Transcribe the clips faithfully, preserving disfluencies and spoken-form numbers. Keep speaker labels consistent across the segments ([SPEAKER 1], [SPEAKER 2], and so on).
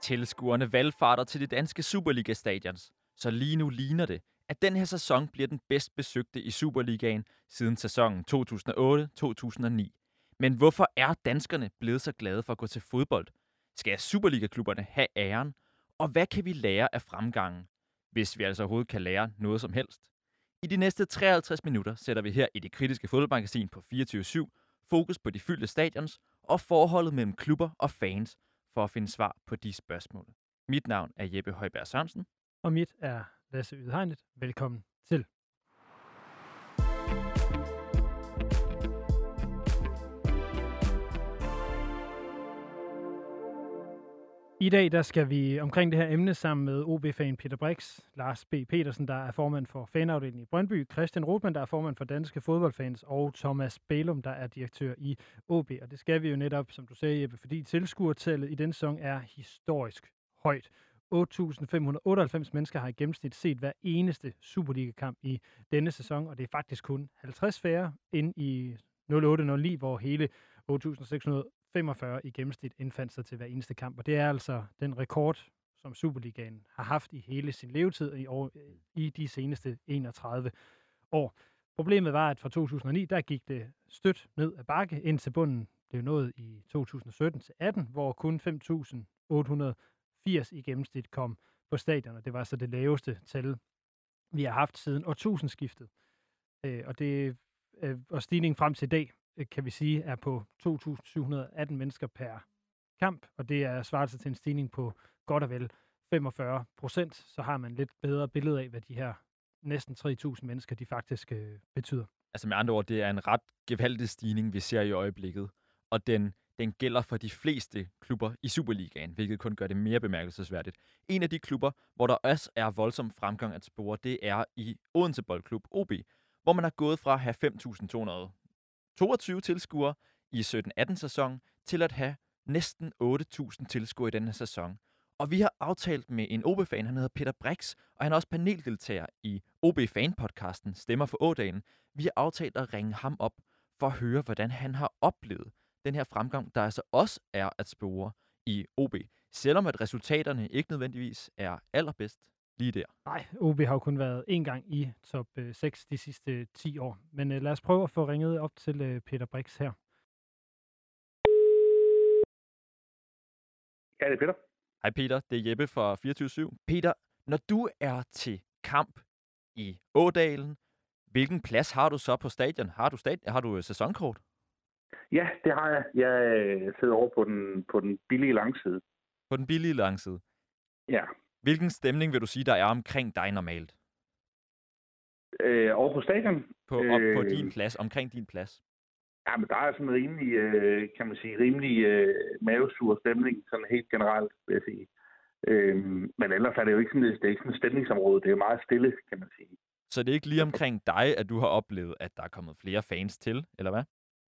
[SPEAKER 1] Tilskuerne valfarter til de danske Superliga-stadions, så lige nu ligner det, at den her sæson bliver den bedst besøgte i Superligaen siden sæsonen to tusind og otte to tusind og ni. Men hvorfor er danskerne blevet så glade for at gå til fodbold? Skal Superliga-klubberne have æren? Og hvad kan vi lære af fremgangen, hvis vi altså overhovedet kan lære noget som helst? I de næste treoghalvtreds minutter sætter vi her i det kritiske fodboldmagasin på fireogtyve syv fokus på de fyldte stadions og forholdet mellem klubber og fans for at finde svar på de spørgsmål. Mit navn er Jeppe Højberg Sørensen.
[SPEAKER 2] Og mit er Lasse Ydhegnet. Velkommen til. I dag der skal vi omkring det her emne sammen med O B-fan Peter Brix, Lars B. Petersen, der er formand for fanafdelingen i Brøndby, Christian Rothmann, der er formand for Danske Fodboldfans, og Thomas Bælum, der er direktør i O B. Og det skal vi jo netop, som du sagde, Jeppe, fordi tilskuertallet i den sæson er historisk højt. otte tusind fem hundrede og otteoghalvfems mennesker har i gennemsnit set hver eneste Superliga-kamp i denne sæson, og det er faktisk kun halvtreds færre end i nul otte nul ni, hvor hele otte tusind seks hundrede og femogfyrre i gennemsnit indfandt sig til hver eneste kamp. Og det er altså den rekord, som Superligaen har haft i hele sin levetid i, år, i de seneste enogtredive år. Problemet var, at fra to tusind og ni, der gik det stødt ned ad bakke, ind til bunden blev nået i to tusind og sytten til atten, hvor kun fem tusind otte hundrede og firs i gennemsnit kom på stadion, og det var så det laveste tal, vi har haft siden årtusindskiftet. Øh, og det øh, og stigningen frem til i dag, øh, kan vi sige, er på to tusind syv hundrede og atten mennesker per kamp, og det er svaret sig til en stigning på godt og vel femogfyrre procent, så har man lidt bedre billede af, hvad de her næsten tre tusind mennesker, de faktisk øh, betyder.
[SPEAKER 1] Altså med andre ord, det er en ret gevaldig stigning, vi ser i øjeblikket, og den Den gælder for de fleste klubber i Superligaen, hvilket kun gør det mere bemærkelsesværdigt. En af de klubber, hvor der også er voldsom fremgang at spore, det er i Odense Boldklub, O B, hvor man er gået fra at have fem tusind to hundrede og toogtyve tilskuere i sytten atten sæson til at have næsten otte tusind tilskuere i denne sæson. Og vi har aftalt med en O B-fan, han hedder Peter Brix, og han er også paneldeltager i O B-fan-podcasten Stemmer for Ådalen. Vi har aftalt at ringe ham op for at høre, hvordan han har oplevet den her fremgang, der altså også er at spore i O B, selvom at resultaterne ikke nødvendigvis er allerbedst lige der.
[SPEAKER 2] Nej, O B har jo kun været én gang i top seks de sidste ti år. Men uh, lad os prøve at få ringet op til uh, Peter Brix her.
[SPEAKER 3] Ja, det er Peter.
[SPEAKER 1] Hej Peter, det er Jeppe fra fireogtyve syv. Peter, når du er til kamp i Ådalen, hvilken plads har du så på stadion? Har du, stadion? Har du sæsonkort?
[SPEAKER 3] Ja, det har jeg. Jeg sidder over på den, på den billige langside.
[SPEAKER 1] På den billige langside?
[SPEAKER 3] Ja.
[SPEAKER 1] Hvilken stemning vil du sige, der er omkring dig normalt?
[SPEAKER 3] Øh, over på stadion?
[SPEAKER 1] På, op øh, på din plads, omkring din plads?
[SPEAKER 3] Ja, men der er sådan en rimelig, øh, kan man sige, rimelig øh, mavesur stemning, sådan helt generelt, vil jeg sige. Øh, men ellers er det jo ikke sådan, det er ikke sådan et stemningsområde. Det er jo meget stille, kan man sige.
[SPEAKER 1] Så det er ikke lige omkring dig, at du har oplevet, at der er kommet flere fans til, eller hvad?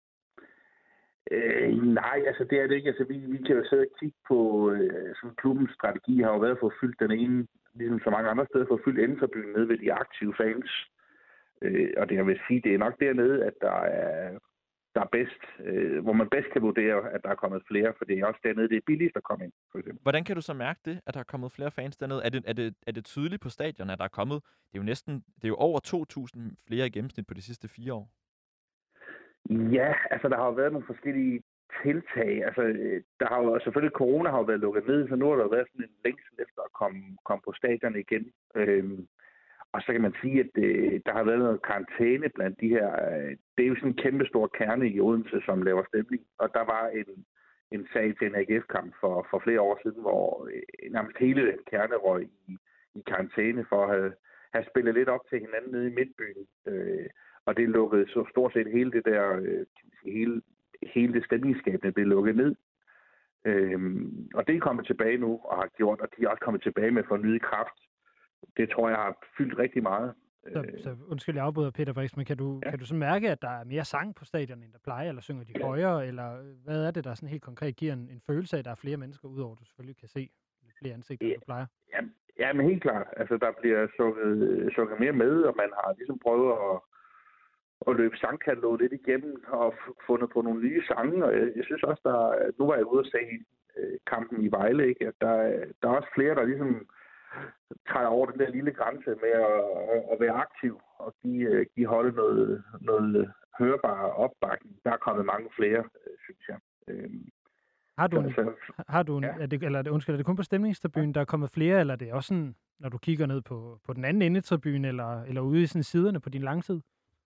[SPEAKER 3] Øh, nej, altså det er det ikke. Altså vi, vi kan jo sidde og kigge på, øh, sådan klubbens strategi har jo været for at fylde den ene, ligesom så mange andre steder, for at fylde Enderbyen nede ved de aktive fans. Øh, og det jeg vil sige, det er nok dernede, at der er, der er bedst, øh, hvor man bedst kan vurdere, at der er kommet flere, for det er også dernede, det er billigst at komme ind, for eksempel.
[SPEAKER 1] Hvordan kan du så mærke det, at der er kommet flere fans dernede? Er det, er det, er det tydeligt på stadion, at der er kommet, det er jo næsten, det er jo over to tusind flere i gennemsnit på de sidste fire år?
[SPEAKER 3] Ja, altså der har jo været nogle forskellige tiltag. Altså, der har jo selvfølgelig, corona har jo været lukket ned, så nu har der jo været sådan en længsel efter at komme, komme på stadion igen. Øhm, og så kan man sige, at øh, der har været noget karantæne blandt de her. Øh, det er jo sådan en kæmpe stor kerne i Odense, som laver stemning. Og der var en, en sag til en A G F-kamp for, for flere år siden, hvor øh, nærmest hele den kerne røg i, i karantæne for at have, have spillet lidt op til hinanden nede i midtbyen. Øh, Og det lukkede så stort set hele det der, øh, hele, hele det stemningsskabende blev lukket ned. Øhm, og det er kommet tilbage nu og har gjort, og de er også kommet tilbage med fornyet kraft. Det tror jeg har fyldt rigtig meget.
[SPEAKER 2] Så, så undskyld, jeg afbryder Peter Brix, men kan du, ja. kan du så mærke, at der er mere sang på stadion, end der plejer, eller synger de højere, eller hvad er det, der sådan helt konkret giver en, en følelse af, at der er flere mennesker, udover at du selvfølgelig kan se flere ansigter,
[SPEAKER 3] ja.
[SPEAKER 2] end du plejer?
[SPEAKER 3] Ja, ja, men helt klart. Altså, der bliver sukket, sukket mere med, og man har ligesom prøvet at at løbe sangkataloget lidt igennem og fundet på nogle nye sange. Og jeg, jeg synes også, der nu var jeg ude og se øh, kampen i Vejle, ikke? At der, der er også flere, der ligesom træder over den der lille grænse med at, at være aktiv og give, give holde noget, noget hørbar opbakning. Der er kommet mange flere, synes jeg. Øhm,
[SPEAKER 2] har du en,
[SPEAKER 3] altså,
[SPEAKER 2] har du en
[SPEAKER 3] ja.
[SPEAKER 2] er det, eller er det, undskyld, er det kun på stemningstribunen, der er kommet flere, eller er det også sådan, når du kigger ned på, på den anden endetribune, eller, eller ude i sådan siderne på din langside?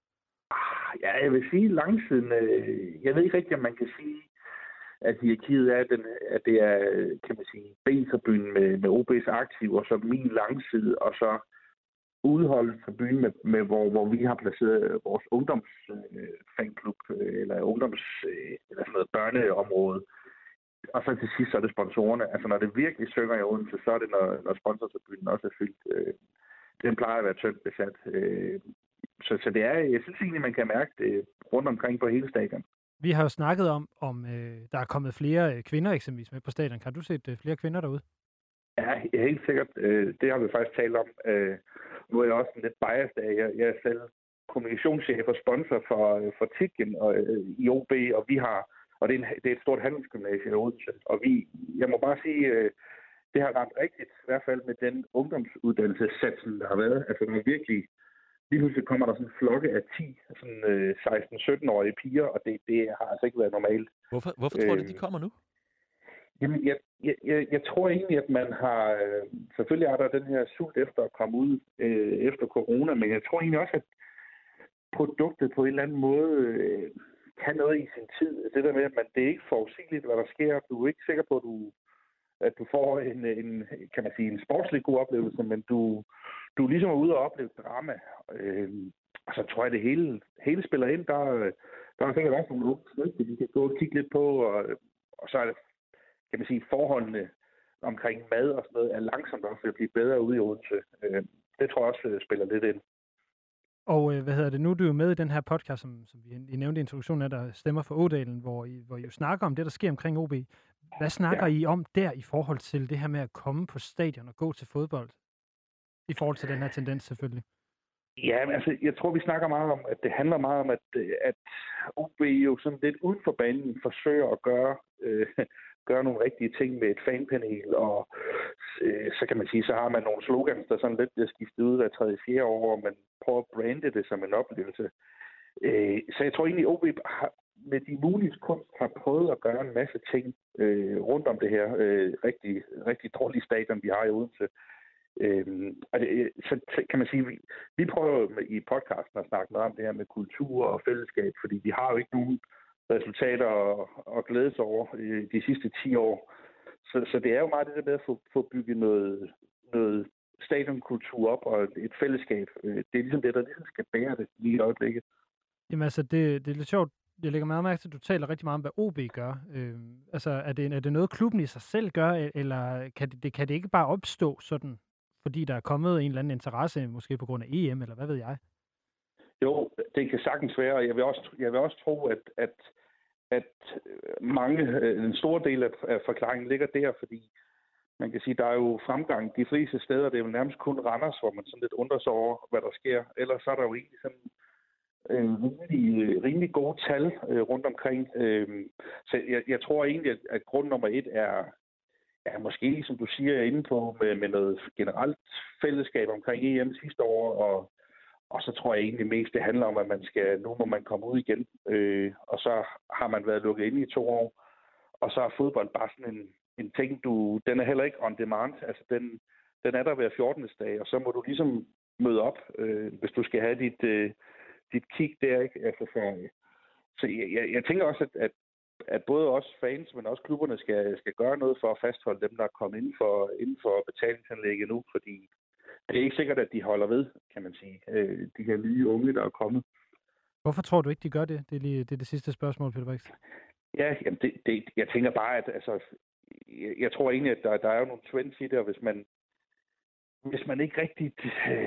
[SPEAKER 3] Ja, jeg vil sige langsiden. Øh, jeg ved ikke rigtigt, om man kan sige, at hierarkiet er, den, at det er, kan man sige, B-tribunen med, med O B's aktiv, og så min langside, og så udholdet tribunen, med, med, hvor, hvor vi har placeret vores ungdomsfanklub, øh, eller ungdoms, øh, eller sådan noget børneområde. Og så til sidst, så er det sponsorerne. Altså, når det virkelig synger i Odense, så er det, når, når sponsortribunen også er fyldt. Øh, den plejer at være tyndt besat. Øh, så, så det er, jeg synes egentlig, man kan mærke det rundt omkring på hele stadion.
[SPEAKER 2] Vi har jo snakket om, om øh, der er kommet flere øh, kvinder eksempelvis med på stadion. Har du set øh, flere kvinder derude?
[SPEAKER 3] Ja, helt sikkert. Øh, det har vi faktisk talt om. Øh, nu er jeg også lidt biased af. Jeg, jeg er selv kommunikationschef og sponsor for, for Tidgen og, øh, i O B, og vi har, og det er, en, det er et stort handelsgymnasie i Odense. Og vi, jeg må bare sige, øh, det har ramt rigtigt, i hvert fald med den ungdomsuddannelsessatsen, der har været. Altså, der er virkelig, lige pludselig kommer der sådan en flokke af ti, sådan øh, seksten-sytten-årige piger, og det, det har altså ikke været normalt.
[SPEAKER 1] Hvorfor, hvorfor tror du, de kommer nu?
[SPEAKER 3] Jamen, jeg, jeg, jeg, jeg tror egentlig, at man har... Øh, selvfølgelig er der den her sult efter at komme ud øh, efter corona, men jeg tror egentlig også, at produktet på en eller anden måde øh, kan noget i sin tid. Det der med, at man, det er ikke forudsigeligt, hvad der sker. Du er ikke sikker på, at du, at du får en, en, kan man sige, en sportslig god oplevelse, men du, du er ligesom ude og opleve drama. Øh, og så tror jeg, at det hele, hele spiller ind. Der, der er sikkert også nogle unge snøgte, vi kan gå og kigge lidt på, og, og så er det, kan man sige, forholdene omkring mad og sådan noget er langsomt også at blive bedre ude i Odense. Øh, det tror jeg også spiller lidt ind.
[SPEAKER 2] Og øh, hvad hedder det, nu er du jo med i den her podcast, som, som vi I nævnte i introduktionen af, der stemmer for Ådalen, hvor I, hvor I jo snakker om det, der sker omkring O B. Hvad snakker ja. I om der i forhold til det her med at komme på stadion og gå til fodbold? I forhold til den her tendens selvfølgelig.
[SPEAKER 3] Ja, men altså, jeg tror, vi snakker meget om, at det handler meget om, at, at O B jo sådan lidt uden for banen forsøger at gøre, øh, gøre nogle rigtige ting med et fanpanel, og øh, så kan man sige, så har man nogle slogans, der sådan lidt bliver skiftet ud hver tredje fjerde år, og man prøver at brande det som en oplevelse. Øh, så jeg tror egentlig, at O B har, med de mulige kunst har prøvet at gøre en masse ting øh, rundt om det her øh, rigtig, rigtig dårlige stadion, vi har i Odense. Øhm, og det, så kan man sige, vi, vi prøver i podcasten at snakke noget om det her med kultur og fællesskab, fordi vi har jo ikke nogen resultater at, at glæde sig over i de sidste ti år. Så, så det er jo meget det der med at få, få bygget noget, noget stadionkultur op og et fællesskab. Det er ligesom det, der ligesom skal bære det lige i øjeblikket.
[SPEAKER 2] Jamen altså, det, det er lidt sjovt. Jeg lægger meget mærke til, at du taler rigtig meget om, hvad O B gør. Øh, altså, er det, er det noget, klubben i sig selv gør, eller kan det, det, kan det ikke bare opstå sådan, fordi der er kommet en eller anden interesse, måske på grund af E M, eller hvad ved jeg?
[SPEAKER 3] Jo, det kan sagtens være, og jeg vil også, jeg vil også tro, at, at, at mange, en stor del af, af forklaringen ligger der, fordi man kan sige, der er jo fremgang de fleste steder, det er jo nærmest kun Randers, hvor man sådan lidt undrer sig over, hvad der sker. Ellers så er der jo egentlig sådan en rimelig, rimelig gode tal øh, rundt omkring. Øh, så jeg, jeg tror egentlig, at, at grund nummer et er, er måske, som du siger, inde på med, med noget generelt fællesskab omkring E M sidste år, og, og så tror jeg egentlig mest, det handler om, at man skal, nu må man komme ud igen, øh, og så har man været lukket inde i to år, og så er fodbold bare sådan en, en ting, du, den er heller ikke on demand, altså den, den er der hver fjortende dag, og så må du ligesom møde op, øh, hvis du skal have dit, øh, dit kick der, ikke? Altså, så så jeg, jeg, jeg tænker også, at, at at både os fans, men også klubberne skal, skal gøre noget for at fastholde dem, der er kommet inden for, inden for betalingsanlægget nu, fordi det er ikke sikkert, at de holder ved, kan man sige, de her nye unge, der er kommet.
[SPEAKER 2] Hvorfor tror du ikke, de gør det? Det er, lige, det, er det sidste spørgsmål, Peter Brix.
[SPEAKER 3] Ja, jamen det, det, jeg tænker bare, at altså, jeg, jeg tror egentlig, at der, der er jo nogle trends i det, og hvis man, hvis man ikke rigtigt,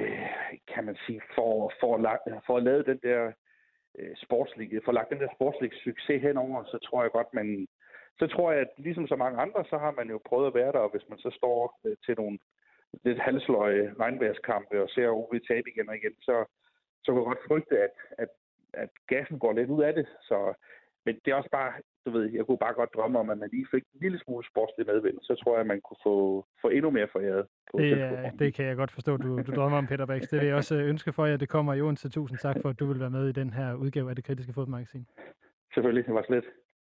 [SPEAKER 3] kan man sige, får, får, får lavet den der sportslige, får lagt den der sportslige succes henover, så tror jeg godt, man, så tror jeg, at ligesom så mange andre, så har man jo prøvet at være der, og hvis man så står øh, til nogle lidt halsløje regnværskampe og ser O B tabe igen og igen, så, så kan jeg godt frygte, at, at, at gassen går lidt ud af det. Så, men det er også bare, du ved, jeg kunne bare godt drømme om, at man lige fik en lille smule sportslig medvind. Så tror jeg, at man kunne få, få endnu mere foræret. På
[SPEAKER 2] det, er, det kan jeg godt forstå, du, du drømmer om, Peter Brix. Det vil jeg også ønske for jer, det kommer i Odense. Tusind tak for, at du vil være med i den her udgave af Det Kritiske Fodboldmagasin.
[SPEAKER 3] Selvfølgelig, det var slet.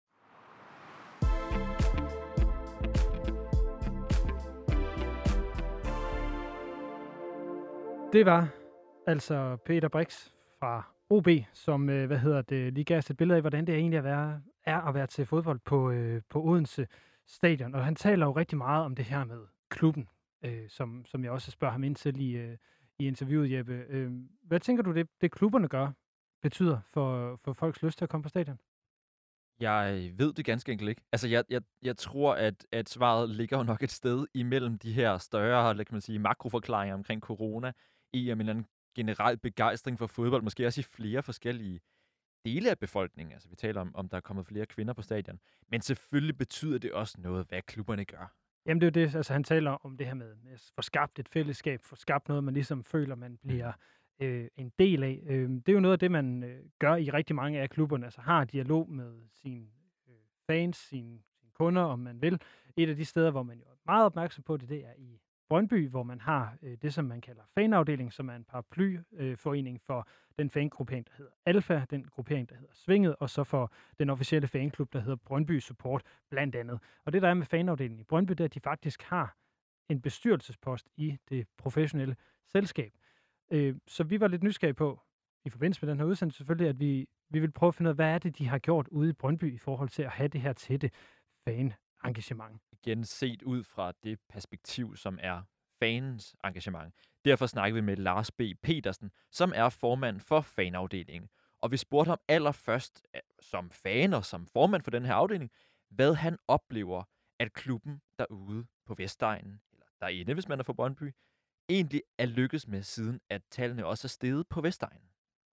[SPEAKER 2] Det var altså Peter Brix fra O B, som øh, hvad hedder det, lige gav os et billede af, hvordan det egentlig er at være, er at være til fodbold på, øh, på Odense Stadion. Og han taler jo rigtig meget om det her med klubben, øh, som, som jeg også spørger ham ind til i, øh, i interviewet, Jeppe. Øh, hvad tænker du, det, det klubberne gør, betyder for, for folks lyst til at komme på stadion?
[SPEAKER 1] Jeg ved det ganske enkelt ikke. Altså, jeg, jeg, jeg tror, at, at svaret ligger jo nok et sted imellem de her større, kan man sige, makroforklaringer omkring corona, i en eller anden generel begejstring for fodbold, måske også i flere forskellige dele af befolkningen. Altså, vi taler om, om der er kommet flere kvinder på stadion. Men selvfølgelig betyder det også noget, hvad klubberne gør.
[SPEAKER 2] Jamen, det er jo det, altså han taler om det her med, med at få skabt et fællesskab, få skabt noget, man ligesom føler, man bliver øh, en del af. Øh, det er jo noget af det, man øh, gør i rigtig mange af klubberne, altså har dialog med sine øh, fans, sine, sine kunder, om man vil. Et af de steder, hvor man jo er meget opmærksom på det, det er i Brøndby, hvor man har øh, det, som man kalder fanafdeling, som er en paraplyforening øh, for den fangruppering, der hedder Alfa, den gruppering, der hedder Svinget, og så for den officielle fanklub, der hedder Brøndby Support, blandt andet. Og det, der er med fanafdelingen i Brøndby, det er, at de faktisk har en bestyrelsespost i det professionelle selskab. Øh, så vi var lidt nysgerrige på, i forbindelse med den her udsendelse selvfølgelig, at vi, vi vil prøve at finde ud af, hvad er det, de har gjort ude i Brøndby i forhold til at have det her tætte fan-engagement.
[SPEAKER 1] Igen set ud fra det perspektiv, som er fanens engagement. Derfor snakker vi med Lars B. Petersen, som er formand for fanafdelingen. Og vi spurgte ham allerførst, som fan og som formand for den her afdeling, hvad han oplever, at klubben derude på Vestegnen, eller derinde, hvis man er fra Brøndby, egentlig er lykkes med, siden at tallene også er steget på Vestegnen.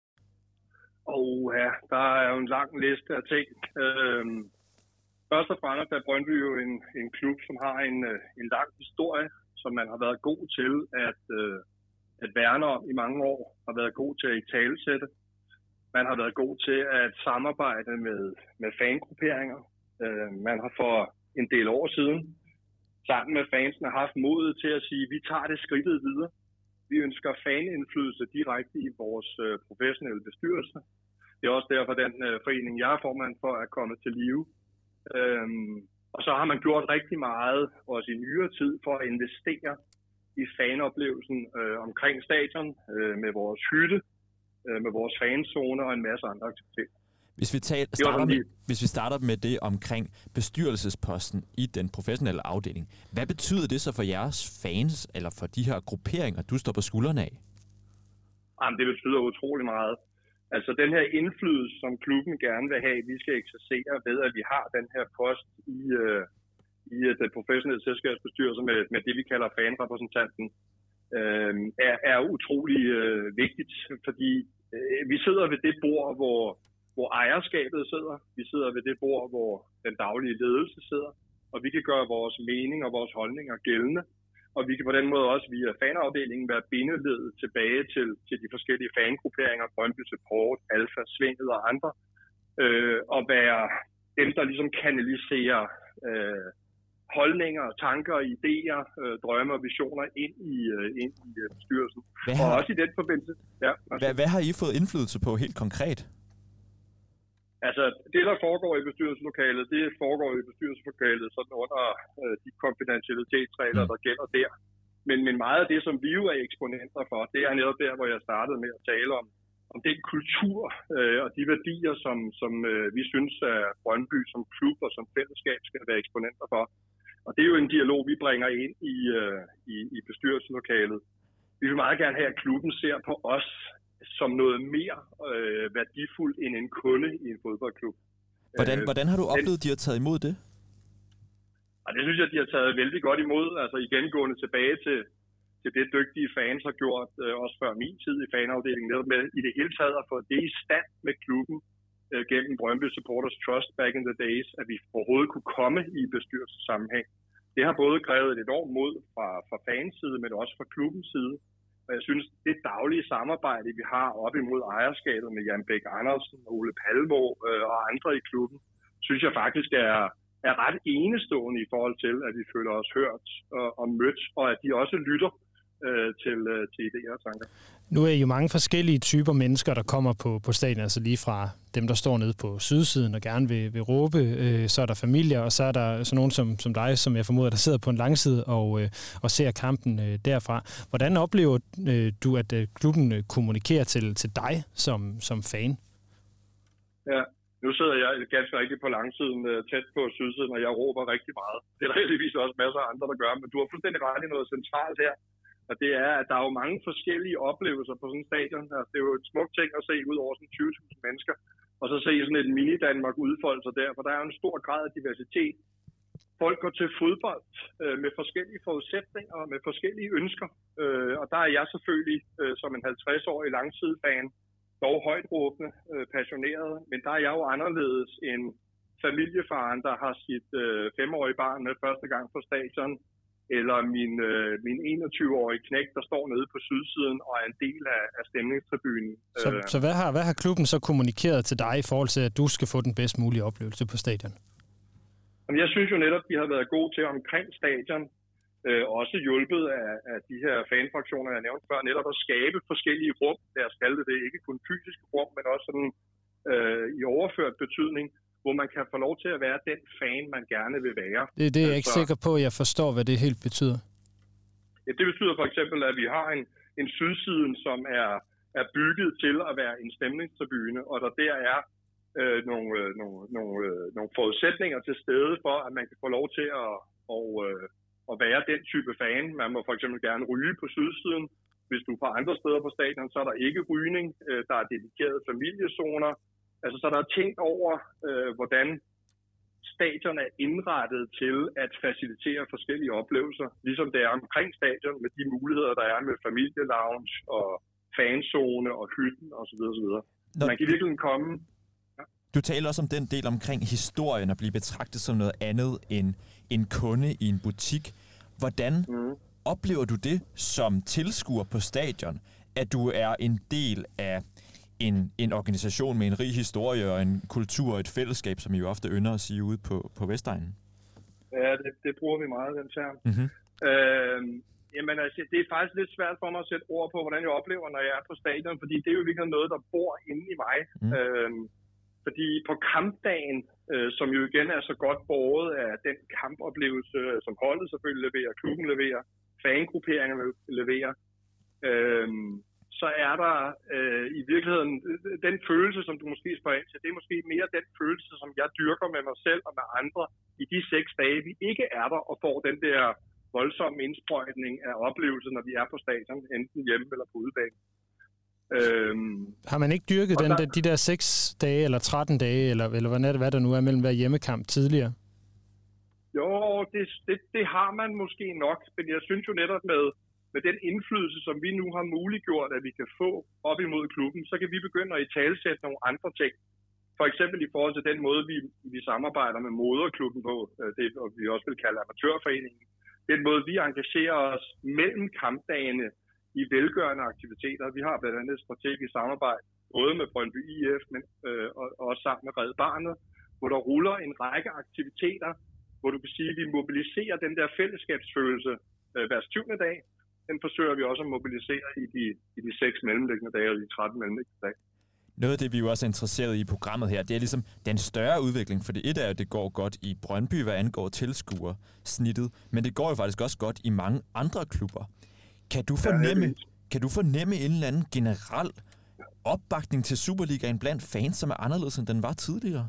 [SPEAKER 4] Og ja, der er jo en lang liste af ting. Øhm, først og fremmest er Brøndby jo en, en klub, som har en, en lang historie, som man har været god til at, øh, at værne om i mange år, har været god til at italesætte. Man har været god til at samarbejde med, med fangrupperinger. Øh, man har for en del år siden sammen med fansene haft modet til at sige, at vi tager det skridtet videre. Vi ønsker fanindflydelse direkte i vores øh, professionelle bestyrelse. Det er også derfor, den øh, forening, jeg er formand for, er kommet til live. Øhm, og så har man gjort rigtig meget, også i nyere tid, for at investere i fanoplevelsen øh, omkring stadion, øh, med vores hytte, øh, med vores fanzoner og en masse andre aktiviteter.
[SPEAKER 1] Hvis vi, tager, starter med, hvis vi starter med det omkring bestyrelsesposten i den professionelle afdeling, hvad betyder det så for jeres fans, eller for de her grupperinger, du står på skuldrene af?
[SPEAKER 4] Jamen, det betyder utrolig meget. Altså den her indflydelse, som klubben gerne vil have, vi skal eksercere ved, at vi har den her post i, øh, i det professionelle selskabsbestyrelse med, med det, vi kalder fanrepræsentanten, øh, er, er utrolig øh, vigtigt, fordi øh, vi sidder ved det bord, hvor hvor ejerskabet sidder. Vi sidder ved det bord, hvor den daglige ledelse sidder, og vi kan gøre vores mening og vores holdninger gældende. Og vi kan på den måde også via fanafdelingen være bindeledet tilbage til, til de forskellige fangrupperinger, Brøndby Support, Alfa, Svinget og andre, øh, og være dem, der ligesom kanaliserer øh, holdninger, tanker, idéer, øh, drømme og visioner ind i, øh, ind i øh, bestyrelsen. Har... Og også i den forbindelse. Ja,
[SPEAKER 1] hvad, hvad har I fået indflydelse på helt konkret?
[SPEAKER 4] Altså, det, der foregår i bestyrelseslokalet, det foregår i bestyrelseslokalet sådan under øh, de konfidentialitetsregler, der gælder der. Men, men meget af det, som vi jo er eksponenter for, det er netop der, hvor jeg startede med at tale om, om den kultur øh, og de værdier, som, som øh, vi synes, at Brøndby som klub og som fællesskab skal være eksponenter for. Og det er jo en dialog, vi bringer ind i, øh, i, i bestyrelseslokalet. Vi vil meget gerne have, at klubben ser på os som noget mere øh, værdifuldt end en kunde i en fodboldklub.
[SPEAKER 1] Hvordan, øh, hvordan har du oplevet, at de har taget imod det?
[SPEAKER 4] Og det synes jeg, de har taget vældig godt imod. Altså igen gående tilbage til, til det, dygtige fans har gjort, øh, også før min tid i fanafdelingen, med i det hele taget at få det i stand med klubben øh, gennem Brøndby Supporters Trust back in the days, at vi overhovedet kunne komme i bestyrelsessammenhæng. Det har både krævet et enormt mod fra, fra fans side, men også fra klubbens side. Og jeg synes, det daglige samarbejde, vi har op imod ejerskabet med Jan Bæk Andersen og Ole Palmo øh, og andre i klubben, synes jeg faktisk er, er ret enestående i forhold til, at vi føler os hørt og, og mødt, og at de også lytter øh, til, øh, til idéer og tanker.
[SPEAKER 2] Nu er I jo mange forskellige typer mennesker, der kommer på, på stadion, altså lige fra dem, der står nede på sydsiden og gerne vil, vil råbe, øh, så er der familier, og så er der sådan nogen som, som dig, som jeg formoder, der sidder på en langside og, øh, og ser kampen øh, derfra. Hvordan oplever øh, du, at øh, klubben øh, kommunikerer til, til dig som, som fan?
[SPEAKER 4] Ja, nu sidder jeg ganske rigtigt på langsiden, øh, tæt på sydsiden, og jeg råber rigtig meget. Det er der heldigvis også masser af andre, der gør, men du har fuldstændig ret i noget centralt her. Og det er, at der er jo mange forskellige oplevelser på sådan en stadion. Altså, det er jo et smukt ting at se ud over sådan tyve tusind mennesker, og så se sådan et mini-Danmark udfolde sig der, for der er jo en stor grad af diversitet. Folk går til fodbold øh, med forskellige forudsætninger og med forskellige ønsker. Øh, og der er jeg selvfølgelig øh, som en halvtreds-årig langsidefan, dog højt råbende, øh, passioneret, men der er jeg jo anderledes end familiefaren, der har sit øh, femårige barn med første gang på stadion, eller min, øh, min enogtyve-årige knægt, der står nede på sydsiden og er en del af, af stemningstribunen.
[SPEAKER 2] Så, øh. så hvad, har, hvad har klubben så kommunikeret til dig i forhold til, at du skal få den bedst mulige oplevelse på stadion?
[SPEAKER 4] Jamen, jeg synes jo netop, de har været gode til omkring stadion, øh, også hjulpet af, af de her fanfraktioner, jeg nævnte før, netop at skabe forskellige rum. Der skal det ikke kun fysiske rum, men også sådan, øh, i overført betydning, hvor man kan få lov til at være den fan, man gerne vil være.
[SPEAKER 2] Det, det er jeg
[SPEAKER 4] altså,
[SPEAKER 2] ikke sikker på, at jeg forstår, hvad det helt betyder.
[SPEAKER 4] Ja, det betyder for eksempel, at vi har en, en sydsiden, som er, er bygget til at være en stemningstribune, og der der er øh, nogle, øh, nogle, nogle, øh, nogle forudsætninger til stede for, at man kan få lov til at, og, øh, at være den type fan. Man må for eksempel gerne ryge på sydsiden. Hvis du er på andre steder på stadion, så er der ikke rygning. Øh, der er dedikerede familiezoner. Altså, så der er tænkt over, øh, hvordan stadion er indrettet til at facilitere forskellige oplevelser, ligesom det er omkring stadion med de muligheder, der er med familielounge og fanzone og hytten osv. osv. Man kan virkelig komme... Ja.
[SPEAKER 1] Du taler også om den del omkring historien at blive betragtet som noget andet end en kunde i en butik. Hvordan mm. oplever du det som tilskuer på stadion, at du er en del af En, en organisation med en rig historie og en kultur og et fællesskab, som I jo ofte ynder at sige ude på, på Vestegnen?
[SPEAKER 4] Ja, det, det bruger vi meget, den term.
[SPEAKER 1] Mm-hmm.
[SPEAKER 4] Øh, jamen, altså, det er faktisk lidt svært for mig at sætte ord på, hvordan jeg oplever, når jeg er på stadion, fordi det er jo virkelig noget, der bor inde i mig. Mm. Øh, fordi på kampdagen, øh, som jo igen er så godt båret af den kampoplevelse, som holdet selvfølgelig leverer, klubben leverer, fangrupperinger leverer, øh, så er der øh, i virkeligheden den følelse, som du måske spørger ind til, det er måske mere den følelse, som jeg dyrker med mig selv og med andre i de seks dage, vi ikke er der og får den der voldsomme indsprøjtning af oplevelser, når vi er på stadion, enten hjemme eller på udebane. Øhm,
[SPEAKER 2] Har man ikke dyrket den, der, de der seks dage eller tretten dage, eller, eller hvad, er det, hvad der nu er mellem hver hjemmekamp tidligere?
[SPEAKER 4] Jo, det, det, det har man måske nok, men jeg synes jo netop med med den indflydelse, som vi nu har muliggjort, at vi kan få op imod klubben, så kan vi begynde at italesætte nogle andre ting. For eksempel i forhold til den måde, vi, vi samarbejder med moderklubben på, det vi også vil kalde amatørforeningen. Den måde, vi engagerer os mellem kampdagene i velgørende aktiviteter. Vi har blandt andet et strategisk samarbejde, både med Brøndby I F, men øh, og, og også sammen med Red Barnet, hvor der ruller en række aktiviteter, hvor du kan sige, at vi mobiliserer den der fællesskabsfølelse øh, hver syvende dag. Den forsøger vi også at mobilisere i de, i de seks mellemliggende dage og de tretten mellemliggende dage.
[SPEAKER 1] Noget af det, vi jo også er interesseret i i programmet her, det er ligesom den større udvikling, for det et er, at det går godt i Brøndby, hvad angår tilskuersnittet, men det går jo faktisk også godt i mange andre klubber. Kan du fornemme, ja, kan du fornemme en eller anden generel opbakning til Superligaen blandt fans, som er anderledes, end den var tidligere?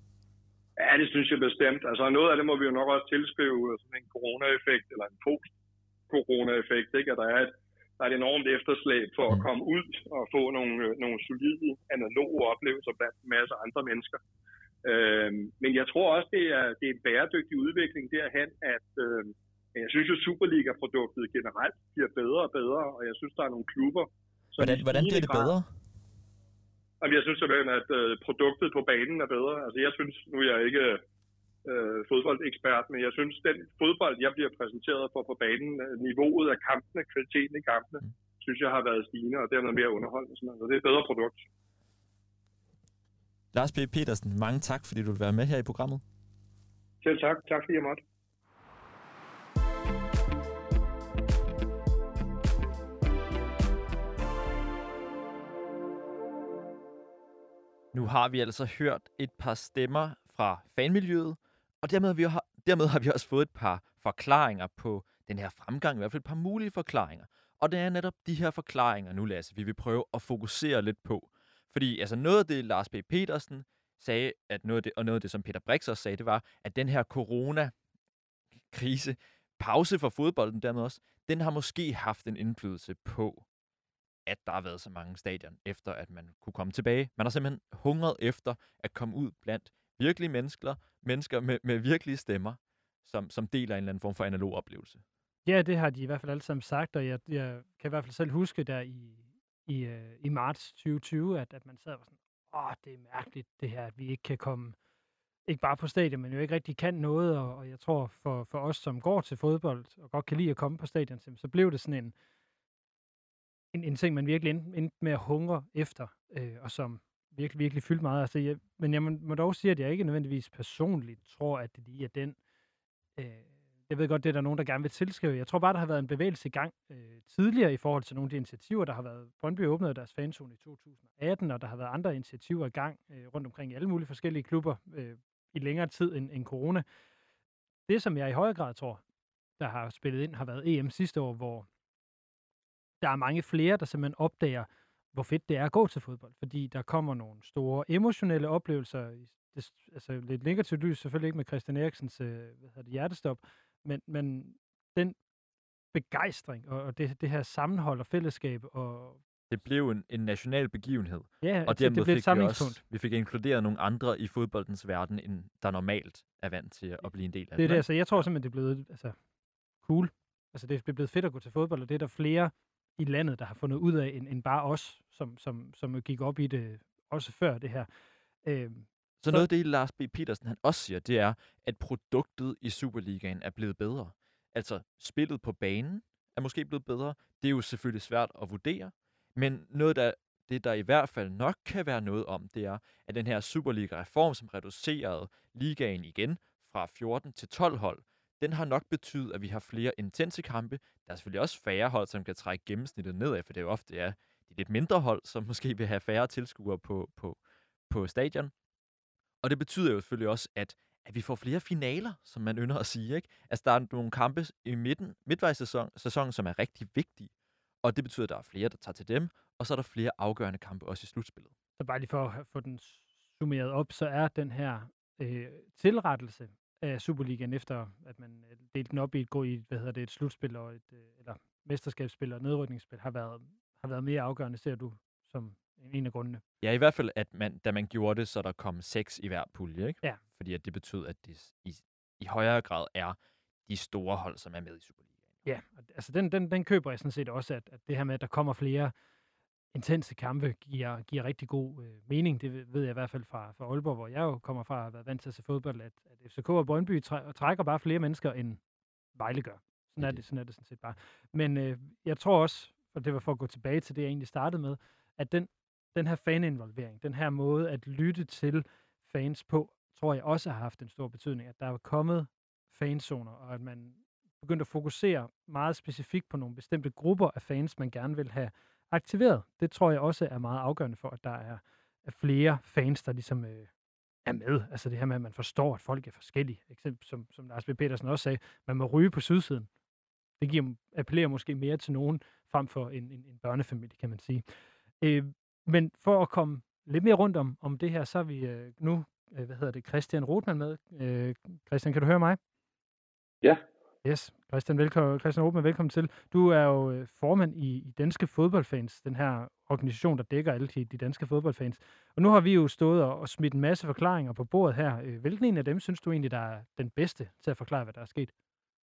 [SPEAKER 4] Ja, det synes jeg bestemt. Altså noget af det må vi jo nok også tilskrive sådan en corona-effekt, eller en post-corona-effekt, ikke? At der er et, der er et enormt efterslæb for at komme ud og få nogle, nogle solide, analoge oplevelser blandt en masse andre mennesker. Øhm, men jeg tror også, det er, det er en bæredygtig udvikling derhen, at øh, jeg synes jo, Superliga-produktet generelt bliver bedre og bedre, og jeg synes, der er nogle klubber...
[SPEAKER 1] Hvordan, hvordan bliver det bedre?
[SPEAKER 4] Jamen, jeg synes simpelthen, at øh, produktet på banen er bedre. Altså, jeg synes, nu er jeg ikke øh, fodboldekspert, men jeg synes, den fodbold, jeg bliver præsenteret for på banen, niveauet af kampene, kvaliteten i kampene, synes jeg har været stigende, og dermed mere underholdende. Så det er et bedre produkt.
[SPEAKER 1] Lars B. Petersen, mange tak, fordi du vil være med her i programmet.
[SPEAKER 4] Selv tak. Tak fordi jeg måtte.
[SPEAKER 1] Nu har vi altså hørt et par stemmer fra fanmiljøet, og dermed har, vi, dermed har vi også fået et par forklaringer på den her fremgang, i hvert fald et par mulige forklaringer. Og det er netop de her forklaringer nu, Lasse, vi vil prøve at fokusere lidt på. Fordi altså noget af det, Lars B. Petersen sagde, at noget af det, og noget af det, som Peter Brix også sagde, det var, at den her corona-krise, pause for fodbolden dermed også, den har måske haft en indflydelse på, at der har været så mange stadion, efter at man kunne komme tilbage. Man har simpelthen hungret efter at komme ud blandt virkelige mennesker, mennesker med, med virkelige stemmer, som, som deler en eller anden form for analog oplevelse.
[SPEAKER 2] Ja, det har de i hvert fald alle sammen sagt, og jeg, jeg kan i hvert fald selv huske der i, i, uh, i marts tyve tyve, at, at man sad og var sådan, åh, det er mærkeligt det her, at vi ikke kan komme, ikke bare på stadion, men jo ikke rigtig kan noget, og, og jeg tror for, for os, som går til fodbold, og godt kan lide at komme på stadion, så blev det sådan en, en, en ting, man virkelig endte, endte med at hungre efter, øh, og som virkelig, virkelig fyldte meget. Altså, jeg, men jeg må, må dog sige, at jeg ikke nødvendigvis personligt tror, at det lige er den, øh, jeg ved godt, det er der nogen, der gerne vil tilskrive. Jeg tror bare, der har været en bevægelse i gang øh, tidligere i forhold til nogle af de initiativer, der har været. Brøndby åbnede deres fanzone i to tusind atten, og der har været andre initiativer i gang øh, rundt omkring i alle mulige forskellige klubber øh, i længere tid end, end corona. Det, som jeg i højere grad tror, der har spillet ind, har været E M sidste år, hvor der er mange flere, der simpelthen opdager, hvor fedt det er at gå til fodbold. Fordi der kommer nogle store emotionelle oplevelser, det, altså lidt negativt lys, selvfølgelig ikke med Christian Eriksens øh, hvad hedder det, hjertestop, men, men den begejstring og det, det her sammenhold og fællesskab. Og
[SPEAKER 1] det blev en, en national begivenhed.
[SPEAKER 2] Ja,
[SPEAKER 1] og
[SPEAKER 2] det, det blev et samlingspunkt.
[SPEAKER 1] Vi, vi fik inkluderet nogle andre i fodboldens verden, end der normalt er vant til at blive en del af.
[SPEAKER 2] Det er det, altså, jeg tror simpelthen, det er blevet altså, cool. Altså, det er blevet fedt at gå til fodbold, og det er der flere i landet, der har fundet ud af, end, end bare os, som, som, som gik op i det også før det her. Øhm,
[SPEAKER 1] så, så noget af det, Lars B. Petersen han også siger, det er, at produktet i Superligaen er blevet bedre. Altså, spillet på banen er måske blevet bedre. Det er jo selvfølgelig svært at vurdere, men noget, der, det der i hvert fald nok kan være noget om, det er, at den her Superliga-reform, som reducerede ligaen igen fra fjorten til tolv hold, den har nok betydet, at vi har flere intense kampe. Der er selvfølgelig også færre hold, som kan trække gennemsnittet nedad, for det er jo ofte er de lidt mindre hold, som måske vil have færre tilskuere på, på, på stadion. Og det betyder jo selvfølgelig også, at, at vi får flere finaler, som man ynder at sige. Ikke? Altså, der er nogle kampe i midten, midtvejs sæson, sæson, som er rigtig vigtige. Og det betyder, at der er flere, der tager til dem, og så er der flere afgørende kampe også i slutspillet.
[SPEAKER 2] Så bare lige for at få den summeret op, så er den her øh, tilrettelse af Superligaen, efter at man delte den op i et, gå i, hvad hedder det, et slutspil og et, eller mesterskabsspil og nedrykningsspil, har været, har været mere afgørende, ser du, som en af grundene.
[SPEAKER 1] Ja, i hvert fald, at man, da man gjorde det, så der kom seks i hver pulje, ikke?
[SPEAKER 2] Ja.
[SPEAKER 1] Fordi at det betød, at det i, i højere grad er de store hold, som er med i Superligaen.
[SPEAKER 2] Ja, altså den, den, den køber jeg sådan set også, at, at det her med, at der kommer flere intense kampe, giver, giver rigtig god øh, mening. Det ved jeg i hvert fald fra, fra Aalborg, hvor jeg jo kommer fra og har været vant til at se fodbold, at, at F C K og Brøndby træ, trækker bare flere mennesker, end Vejle gør. Sådan er det, sådan er det sådan set bare. Men øh, jeg tror også, og det var for at gå tilbage til det, jeg egentlig startede med, at den, den her faninvolvering, den her måde at lytte til fans på, tror jeg også har haft en stor betydning, at der er kommet fanzoner, og at man begyndt at fokusere meget specifikt på nogle bestemte grupper af fans, man gerne vil have aktiveret. Det tror jeg også er meget afgørende for, at der er, er flere fans, der ligesom øh, er med. Altså det her med, at man forstår, at folk er forskellige. Eksempel som, som Lars B. Petersen også sagde, man må ryge på sydsiden. Det giver, appellerer måske mere til nogen, frem for en, en, en børnefamilie, kan man sige. Øh, men for at komme lidt mere rundt om, om det her, så er vi øh, nu, øh, hvad hedder det, Christian Rothmann med. Øh, Christian, kan du høre mig?
[SPEAKER 5] Ja.
[SPEAKER 2] Yes, Christian, velkommen, Christian Rothmann, velkommen til. Du er jo formand i, i Danske Fodboldfans, den her organisation, der dækker alle de, de danske fodboldfans. Og nu har vi jo stået og, og smidt en masse forklaringer på bordet her. Hvilken en af dem synes du egentlig, der er den bedste til at forklare, hvad der er sket?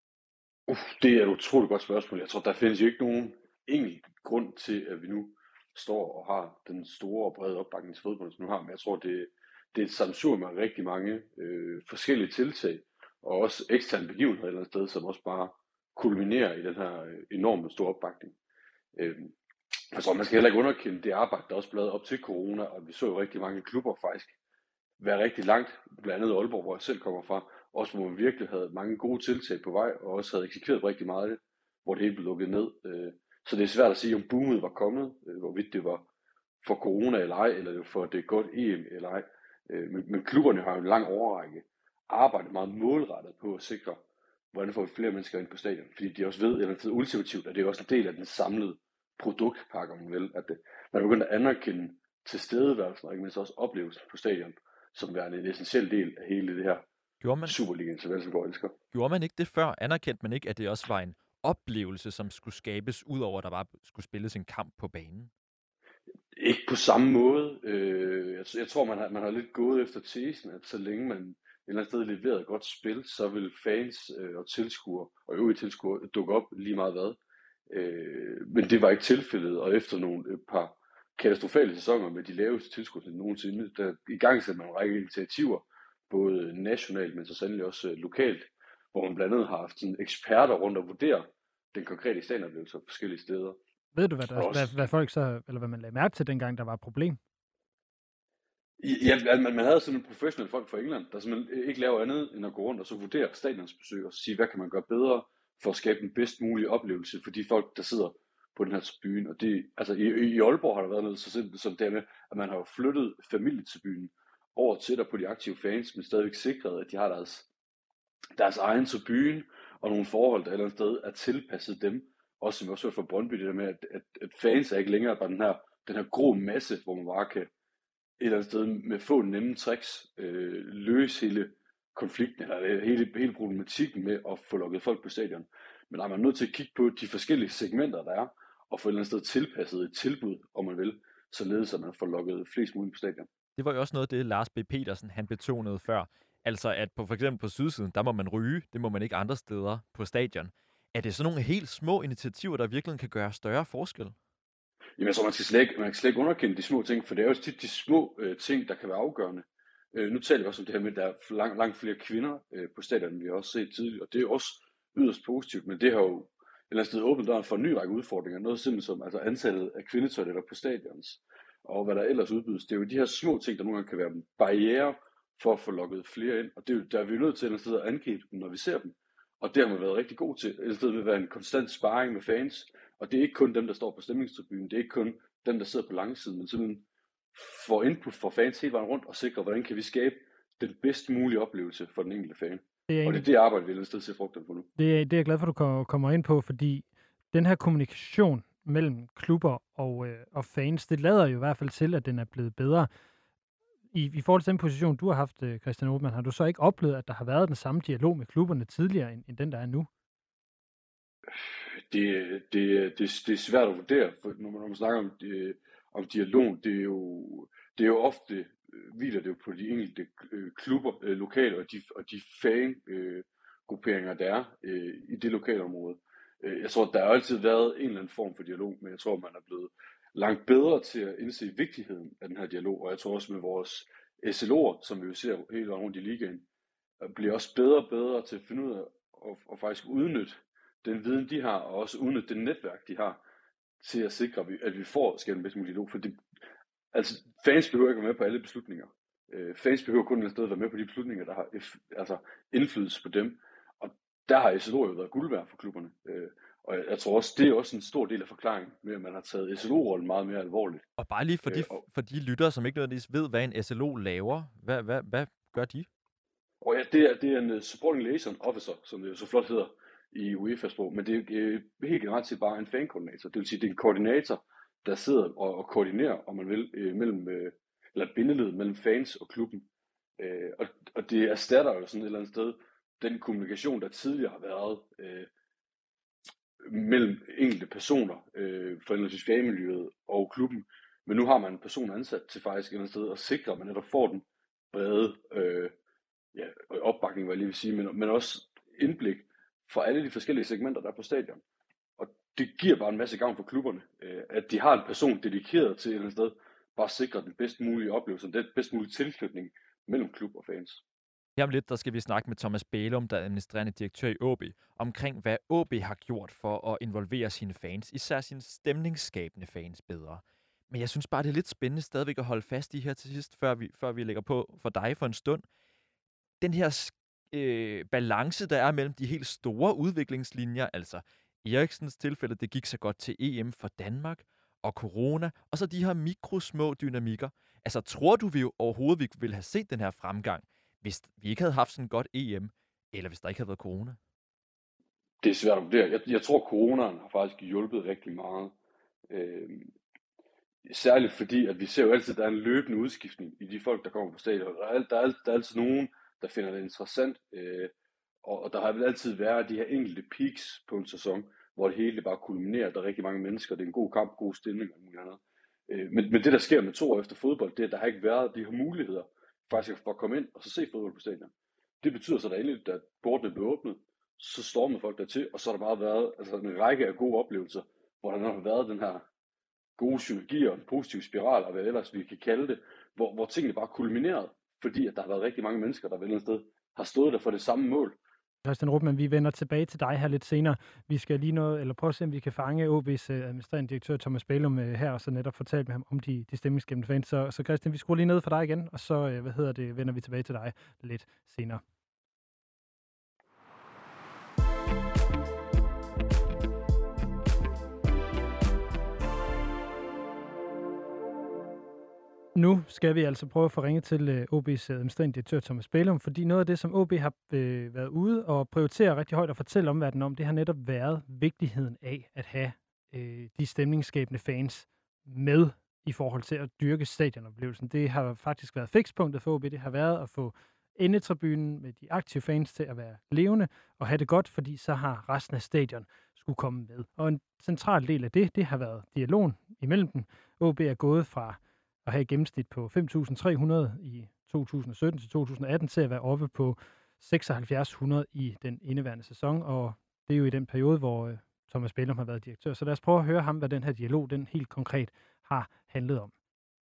[SPEAKER 5] Uf, det er et utroligt godt spørgsmål. Jeg tror, der findes jo ikke nogen enkelt grund til, at vi nu står og har den store og brede opbakning til fodbold, som nu har. Men jeg tror, det, det er et sammensurium af rigtig mange øh, forskellige tiltag, og også eksterne begivenheder et eller andet sted, som også bare kulminerer i den her enorme store opbakning. Øh, jeg tror, man skal heller ikke underkende det arbejde, der også blev lavet op til corona, og vi så jo rigtig mange klubber faktisk være rigtig langt, blandt andet Aalborg, hvor jeg selv kommer fra, også hvor man virkelig havde mange gode tiltag på vej, og også havde eksekveret rigtig meget af det, hvor det hele blev lukket ned. Så det er svært at sige, om boomet var kommet, hvorvidt det var for corona eller ej, eller for det godt E M eller ej. Men, men klubberne har jo en lang overrække arbejdet meget målrettet på at sikre, hvordan får vi flere mennesker ind på stadion, fordi de også ved, at det er ultimativt, at det er også en del af den samlede produktpakke, om man vil, at det, man begynder at anerkende tilstedeværelsen, og ikke mindst også oplevelsen på stadion, som er en essentiel del af hele det her
[SPEAKER 1] Gjorde man,
[SPEAKER 5] Superligaen, som Helsingborg elsker.
[SPEAKER 1] gjorde man ikke det før? Anerkendte man ikke, at det også var en oplevelse, som skulle skabes, udover at der bare skulle spilles en kamp på banen?
[SPEAKER 5] Ikke på samme måde. Øh, jeg, jeg tror, man har, man har lidt gået efter tesen, at så længe man et eller andet sted leverede godt spil, så vil fans øh, og tilskuere og øvrige tilskuere dukke op lige meget hvad. Øh, men det var ikke tilfældet, og efter nogle et par katastrofale sæsoner med de laveste tilskuere nogensinde, der i gang sætter man en række initiativer, både nationalt, men så sandelig også øh, lokalt, hvor man blandt andet har haft sådan eksperter rundt og vurdere den konkrete stadionoplevelse på forskellige steder.
[SPEAKER 2] Ved du, hvad, der,
[SPEAKER 5] Også,
[SPEAKER 2] hvad, hvad folk så, eller hvad man lagde mærke til dengang, der var et problem?
[SPEAKER 5] Ja, man, man havde sådan en professionel folk fra England, der simpelthen ikke laver andet end at gå rundt og så vurdere stadionsbesøg og sige, hvad kan man gøre bedre for at skabe den bedst mulige oplevelse for de folk, der sidder på den her tribune. Og det, altså i, i Aalborg har der været noget så simpelt som det med, at man har flyttet familietribunen over til der på de aktive fans, men stadigvæk sikret, at de har deres, deres egen tribune og nogle forhold, der et eller andet sted er tilpasset dem. Også som vi også hørt fra Brøndby, det der med, at, at, at fans er ikke længere bare den her, den her grå masse, hvor man bare kan et eller andet sted med få nemme tricks øh, løse hele konflikten, eller hele, hele problematikken med at få lukket folk på stadion. Men der er man nødt til at kigge på de forskellige segmenter, der er, og få et eller andet sted tilpasset et tilbud, om man vil, således at man får lukket flest muligt på stadion.
[SPEAKER 1] Det var jo også noget af det, Lars B. Petersen han betonede før. Altså at på for eksempel på sydsiden, der må man ryge, det må man ikke andre steder på stadion. Er det sådan nogle helt små initiativer, der virkelig kan gøre større forskel?
[SPEAKER 5] Jamen, jeg tror, man skal slet ikke, man kan slet ikke underkende de små ting, for det er jo tit de små øh, ting, der kan være afgørende. Øh, nu taler vi også om det her med, at der er langt, langt flere kvinder øh, på stadion, end vi har også set tidligere, og det er jo også yderst positivt, men det har jo et eller andet sted åbnet døren for en ny række udfordringer, noget simpelthen som altså antallet af kvindetoiletter på stadions, og hvad der ellers udbydes. Det er jo de her små ting, der nogle gange kan være barriere for at få lukket flere ind, og det er jo, der er vi jo nødt til et eller andet sted at angribe dem, når vi ser dem. Og det har man været rigtig god til, et eller andet sted med at være en konstant sparring med fans. Og det er ikke kun dem, der står på stemningstribunen, det er ikke kun dem, der sidder på langsiden, men simpelthen får input fra fans hele vejen rundt og sikre, hvordan kan vi skabe den bedst mulige oplevelse for den enkelte fan.
[SPEAKER 2] Det er
[SPEAKER 5] og det er det arbejde, vi er et sted til frugter på nu.
[SPEAKER 2] Det er, det er jeg glad for, at du kommer ind på, fordi den her kommunikation mellem klubber og, øh, og fans, det lader jo i hvert fald til, at den er blevet bedre. I, i forhold til den position, du har haft, Christian Rothmann, har du så ikke oplevet, at der har været den samme dialog med klubberne tidligere, end, end den, der er nu?
[SPEAKER 5] Det, det, det, det er svært at vurdere, for når man, når man snakker om, det, om dialog, det er jo, det er jo ofte, hviler det jo på de enkelte klubber, øh, lokale, og de, og de fan-grupperinger, øh, der er øh, i det lokale område. Jeg tror, der har altid været en eller anden form for dialog, men jeg tror, man er blevet langt bedre til at indse vigtigheden af den her dialog, og jeg tror også med vores S L O'er, som vi jo ser hele rundt i ligaen, bliver også bedre og bedre til at finde ud af og, og faktisk udnytte den viden, de har, og også udnytte det netværk, de har, til at sikre, at vi får skabt en bedst mulig dialog. For det, altså, fans behøver ikke være med på alle beslutninger. Øh, fans behøver kun et sted at være med på de beslutninger, der har altså, indflydelse på dem. Og der har S L O'er jo været guld værd for klubberne. Øh, og jeg, jeg tror også, det er også en stor del af forklaringen med, at man har taget S L O-rollen meget mere alvorligt.
[SPEAKER 1] Og bare lige for de, øh, og, for de lyttere, som ikke nødvendigvis ved, hvad en S L O laver, hvad, hvad, hvad gør de?
[SPEAKER 5] Og ja, det er, det er en supporting liaison officer, som det jo så flot hedder i UEFA-sprog, men det er helt generelt set bare en fan-koordinator. Det vil sige, det er en koordinator, der sidder og, og koordinerer, om man vil, øh, mellem, øh, eller bindeled mellem fans og klubben. Øh, og, og det erstatter jo sådan et eller andet sted den kommunikation, der tidligere har været øh, mellem enkelte personer, øh, for henholdsvis fagmiljøet og klubben. Men nu har man en person ansat til faktisk et eller andet sted at sikre, at man netop får den brede øh, ja, opbakning, hvad jeg lige vil sige, men, men også indblik for alle de forskellige segmenter, der er på stadion. Og det giver bare en masse gavn for klubberne, øh, at de har en person dedikeret til et eller andet sted, bare at sikre den bedst mulige oplevelse, den bedst mulige tilknytning mellem klub og fans.
[SPEAKER 1] Her om lidt, der skal vi snakke med Thomas Bælum, der er administrerende direktør i O B, omkring hvad O B har gjort for at involvere sine fans, især sine stemningsskabende fans, bedre. Men jeg synes bare, det er lidt spændende stadigvæk at holde fast i her til sidst, før vi, før vi lægger på for dig for en stund. Den her øh, balance, der er mellem de helt store udviklingslinjer, altså Eriksens tilfælde, det gik så godt til E M for Danmark, og corona, og så de her mikrosmå dynamikker. Altså, tror du, vi overhovedet vi ville have set den her fremgang, hvis vi ikke havde haft sådan et godt E M, eller hvis der ikke havde været corona?
[SPEAKER 5] Det er svært at vurdere. Jeg, jeg tror, coronaen har faktisk hjulpet rigtig meget. Øh, særligt fordi, at vi ser jo altid, at der er en løbende udskiftning i de folk, der kommer på stadion. Der er, der er, der er altid nogen, der finder det interessant, øh, og, og der har vel altid været de her enkelte peaks på en sæson, hvor det hele bare kulminerer. Der er rigtig mange mennesker, det er en god kamp, god stemning og muligt andet. Øh, men, men det, der sker med to år efter fodbold, det er, at der har ikke været de her muligheder faktisk for at komme ind og så se fodbold på stadion. Det betyder så, at endelig, da portene blev åbnet, så stormede folk dertil, og så har der bare været altså, en række af gode oplevelser, hvor der har været den her gode synergi og en positiv spiral, og hvad ellers vi kan kalde det, hvor, hvor tingene bare kulminerede, fordi at der har været rigtig mange mennesker, der ved et sted har stået der for det samme mål.
[SPEAKER 2] Christian Ruppmann, vi vender tilbage til dig her lidt senere. Vi skal lige noget, eller prøve at se, om vi kan fange O B's administrerende direktør Thomas Bælum her, og så netop fortælle med ham om de, de stemningsskabende fans. Så, så Christian, vi skruer lige ned for dig igen, og så hvad hedder det, vender vi tilbage til dig lidt senere. Nu skal vi altså prøve at få ringet til øh, O B's administrerende direktør Thomas Bælum, fordi noget af det, som O B har øh, været ude og prioritere rigtig højt og fortælle omverdenen om, det har netop været vigtigheden af at have øh, de stemningsskabende fans med i forhold til at dyrke stadionoplevelsen. Det har faktisk været fikspunktet for O B. Det har været at få endetribunen med de aktive fans til at være levende og have det godt, fordi så har resten af stadion skulle komme med. Og en central del af det, det har været dialogen imellem dem. O B er gået fra at have et gennemsnit på fem tusind tre hundrede i to tusind sytten til to tusind atten til at være oppe på seksoghalvfjerds hundrede i den indeværende sæson, og det er jo i den periode, hvor Thomas Bælum har været direktør. Så lad os prøve at høre ham, hvad den her dialog, den helt konkret har handlet om.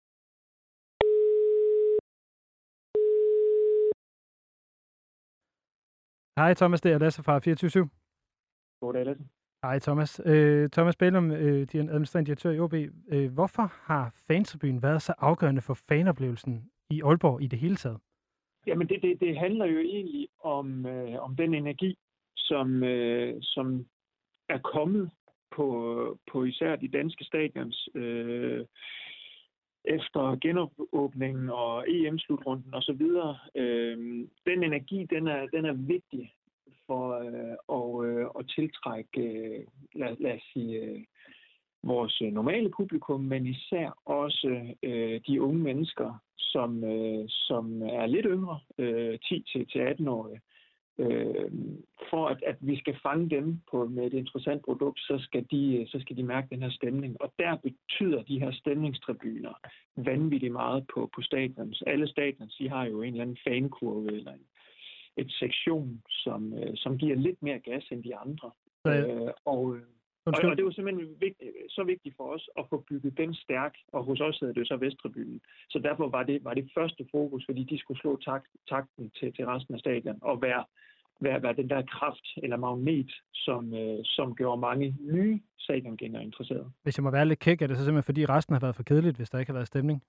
[SPEAKER 2] Hej Thomas, det er Lasse fra fireogtyve syv.
[SPEAKER 6] Goddag Lasse.
[SPEAKER 2] Hej Thomas. Øh, Thomas Bælum, øh, din administrerende direktør i O B. Øh, hvorfor har fantribunen været så afgørende for fanoplevelsen i Aalborg i det hele taget?
[SPEAKER 6] Jamen det, det, det handler jo egentlig om, øh, om den energi, som, øh, som er kommet på, på især de danske stadions øh, efter genåbningen og E M-slutrunden osv. Øh, den energi, den er, den er vigtig for øh, at, øh, at tiltrække, øh, lad, lad os sige, øh, vores normale publikum, men især også øh, de unge mennesker, som, øh, som er lidt yngre, øh, ti til atten-årige. Øh, for at, at vi skal fange dem på, med et interessant produkt, så skal, de, så skal de mærke den her stemning. Og der betyder de her stemningstribuner vanvittigt meget på, på stadions. Alle stadions, de har jo en eller anden fankurve eller en et sektion, som, øh, som giver lidt mere gas end de andre. Ja, ja. Øh, og, og, og det var simpelthen vigtigt, så vigtigt for os at få bygget den stærk, og hos os hedder det så Vesttribunen. Så derfor var det, var det første fokus, fordi de skulle slå takt, takten til, til resten af stadion, og være, være, være den der kraft eller magnet, som, øh, som gjorde mange nye stadiongængere interesserede.
[SPEAKER 2] Hvis jeg må være lidt kæk, er det så simpelthen fordi resten har været for kedeligt, hvis der ikke har været stemning?